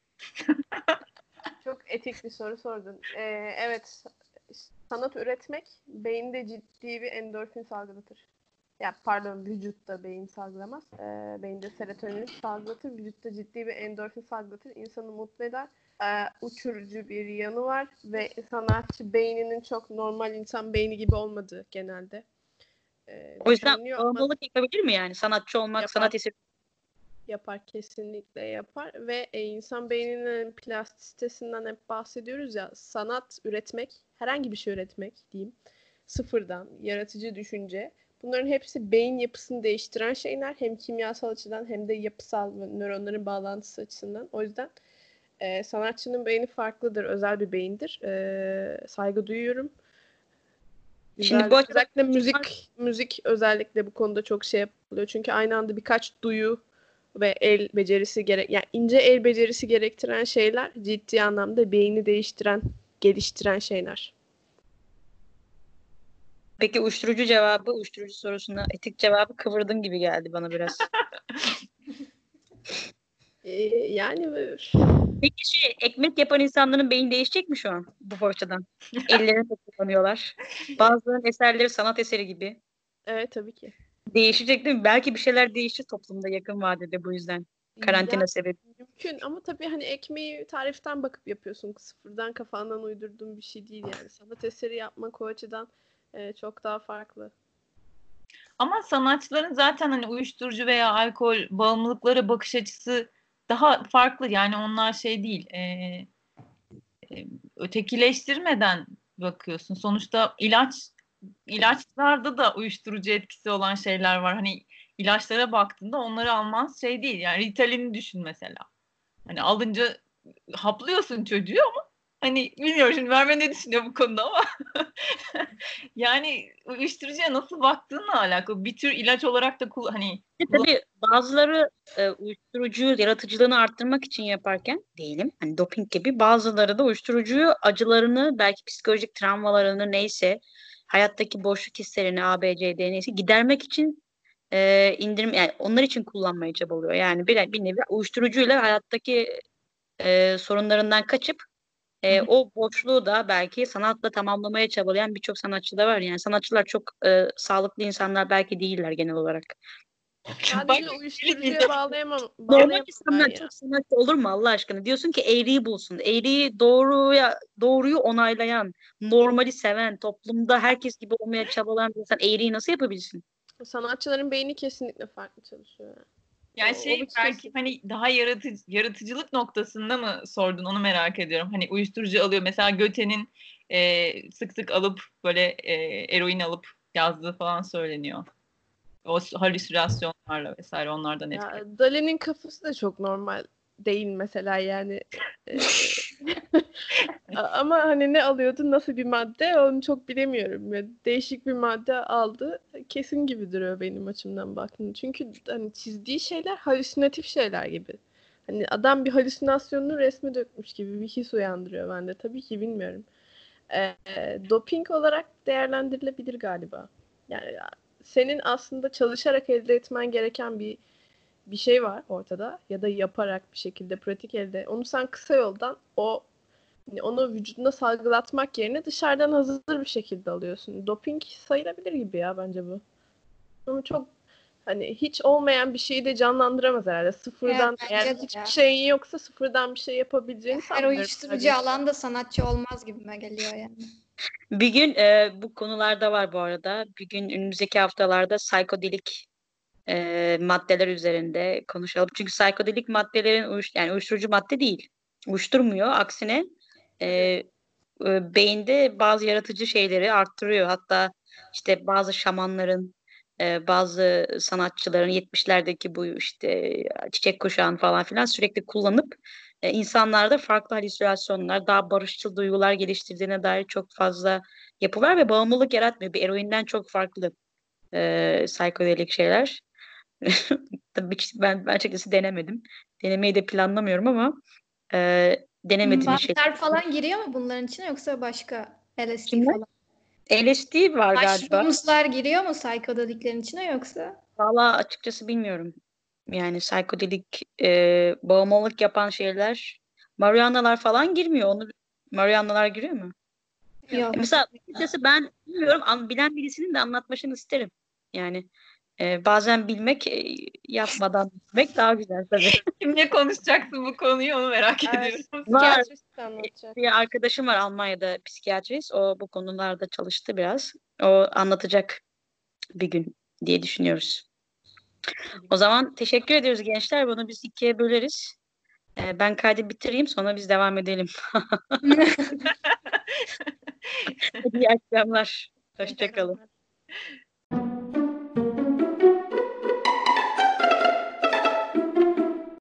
Çok etik bir soru sordun. Evet, sanat üretmek beyinde ciddi bir endorfin salgılatır. Ya pardon, vücutta beyin salgılamaz. Beyinde serotonin salgılatır. Vücutta ciddi bir endorfin salgılatır. İnsanı mutlu eder. Uçurucu bir yanı var ve sanatçı beyninin çok normal insan beyni gibi olmadığı genelde O yüzden düşünülüyor ama bağımlılık yapabilir mi yani? Sanatçı olmak, yapar. sanat eseri. Yapar, kesinlikle yapar ve insan beyninin plastisitesinden hep bahsediyoruz ya, sanat üretmek, herhangi bir şey üretmek diyeyim, sıfırdan, yaratıcı düşünce, bunların hepsi beyin yapısını değiştiren şeyler, hem kimyasal açıdan hem de yapısal ve nöronların bağlantısı açısından. O yüzden sanatçının beyni farklıdır, özel bir beyindir. Saygı duyuyorum. Şimdi Güzel. bu açıdan Özellikle müzik özellikle bu konuda çok şey yapılıyor. Çünkü aynı anda birkaç duyu ve el becerisi yani ince el becerisi gerektiren şeyler ciddi anlamda beyni değiştiren, geliştiren şeyler. peki uyuşturucu sorusuna etik cevabı kıvırdın gibi geldi bana biraz. Yani Peki ekmek yapan insanların beyni değişecek mi şu an bu açıdan? Ellerini de kullanıyorlar. Bazılarının eserleri sanat eseri gibi. evet, tabii ki. Değişecek değil mi? Belki bir şeyler değişir toplumda yakın vadede bu yüzden. Yani Karantina sebebi. mümkün ama tabii hani ekmeği tariften bakıp yapıyorsun. Sıfırdan kafandan uydurduğun bir şey değil yani. Sanat eseri yapmak o açıdan çok daha farklı. Ama sanatçıların zaten hani uyuşturucu veya alkol bağımlılıklara bakış açısı daha farklı. Yani onlar şey değil. Ötekileştirmeden bakıyorsun. Sonuçta ilaçlarda da uyuşturucu etkisi olan şeyler var. Hani ilaçlara baktığında onları alman şey değil. Yani Ritalin'i düşün mesela. Hani alınca haplıyorsun çocuğu ama hani bilmiyorum şimdi Merve ne düşünüyor bu konuda ama yani uyuşturucuya nasıl baktığınla alakalı. Bir tür ilaç olarak da hani Tabii bazıları uyuşturucuyu yaratıcılığını arttırmak için yaparken diyelim hani doping gibi bazıları da uyuşturucuyu acılarını belki psikolojik travmalarını neyse hayattaki boşluk hislerini A, B, C, D neyse gidermek için yani onlar için kullanmaya çabalıyor. Yani bir nevi uyuşturucuyla hayattaki sorunlarından kaçıp o boşluğu da belki sanatla tamamlamaya çabalayan birçok sanatçı da var. Yani sanatçılar çok sağlıklı insanlar belki değiller genel olarak. Sadece uyuşturucuya bağlayamam Normal ben insanlar ya. çok sanatçı olur mu Allah aşkına? Diyorsun ki eğriyi bulsun. Eğriyi doğruyu onaylayan, normali seven, toplumda herkes gibi olmaya çabalayan bir insan eğriyi nasıl yapabilsin? Sanatçıların beyni kesinlikle farklı çalışıyor. yani O bir belki kesin. hani daha yaratıcılık noktasında mı sordun onu merak ediyorum. Hani uyuşturucu alıyor mesela Göte'nin sık sık alıp böyle eroin alıp yazdığı falan söyleniyor. O halüsinasyonlarla vesaire onlardan etkileniyor. Ya Dali'nin kafası da çok normal değil mesela yani. Ama hani ne alıyordu, nasıl bir madde onu çok bilemiyorum. Ya, değişik bir madde aldı. Kesin gibi duruyor benim açımdan baktığında. Çünkü hani çizdiği şeyler halüsinatif şeyler gibi. Hani adam bir halüsinasyonunu resme dökmüş gibi bir his uyandırıyor bende. Tabii ki bilmiyorum. Doping olarak değerlendirilebilir galiba. Yani senin aslında çalışarak elde etmen gereken bir şey var ortada ya da yaparak bir şekilde pratik elde. Onu sen kısa yoldan onu vücuduna salgılatmak yerine dışarıdan hazır bir şekilde alıyorsun. Doping sayılabilir gibi ya bence bu. Ama çok hani hiç olmayan bir şeyi de canlandıramaz herhalde. Evet, Sıfırdan eğer bence de hiçbir ya. şeyin yoksa sıfırdan bir şey yapabileceğini Her sanmıyorum. uyuşturucu alan da sanatçı olmaz gibime geliyor yani. Bir gün bu konularda var bu arada. Bir gün önümüzdeki haftalarda psikodelik maddeler üzerinde konuşalım. Çünkü psikodelik maddelerin yani uyuşturucu madde değil. Uyuşturmuyor. Aksine e, beyinde bazı yaratıcı şeyleri arttırıyor. Hatta işte bazı şamanların, bazı sanatçıların 70'lerdeki bu işte çiçek kuşağını falan filan sürekli kullanıp insanlarda farklı halüsinasyonlar, daha barışçıl duygular geliştirdiğine dair çok fazla yapı var ve bağımlılık yaratmıyor. Bir eroinden çok farklı psikodelik şeyler. Tabii ki ben açıkçası denemedim. Denemeyi de planlamıyorum ama denemediğim şey. Maddeler falan giriyor mu bunların içine yoksa başka LSD Kimler? falan? LSD var galiba. Mushrooms'lar giriyor mu psikodeliklerin içine yoksa? Valla açıkçası bilmiyorum. Yani psikodelik bağımlılık yapan şeyler, marihuanalar falan girmiyor. Marihuanalar giriyor mu? Yok. Mesela açıkçası ben bilmiyorum. Bilen birisinin de anlatmasını isterim. Yani bazen bilmek, yapmadan bilmek daha güzel tabii. Kimle konuşacaksın bu konuyu onu merak ediyorum. Var. Psikiyatrist anlatacak. Bir arkadaşım var Almanya'da psikiyatrist. O bu konularda çalıştı biraz. O anlatacak bir gün diye düşünüyoruz. O zaman teşekkür ediyoruz gençler. Bunu biz ikiye böleriz. Ben kaydı bitireyim sonra biz devam edelim. Hadi iyi akşamlar. Hoşça kalın.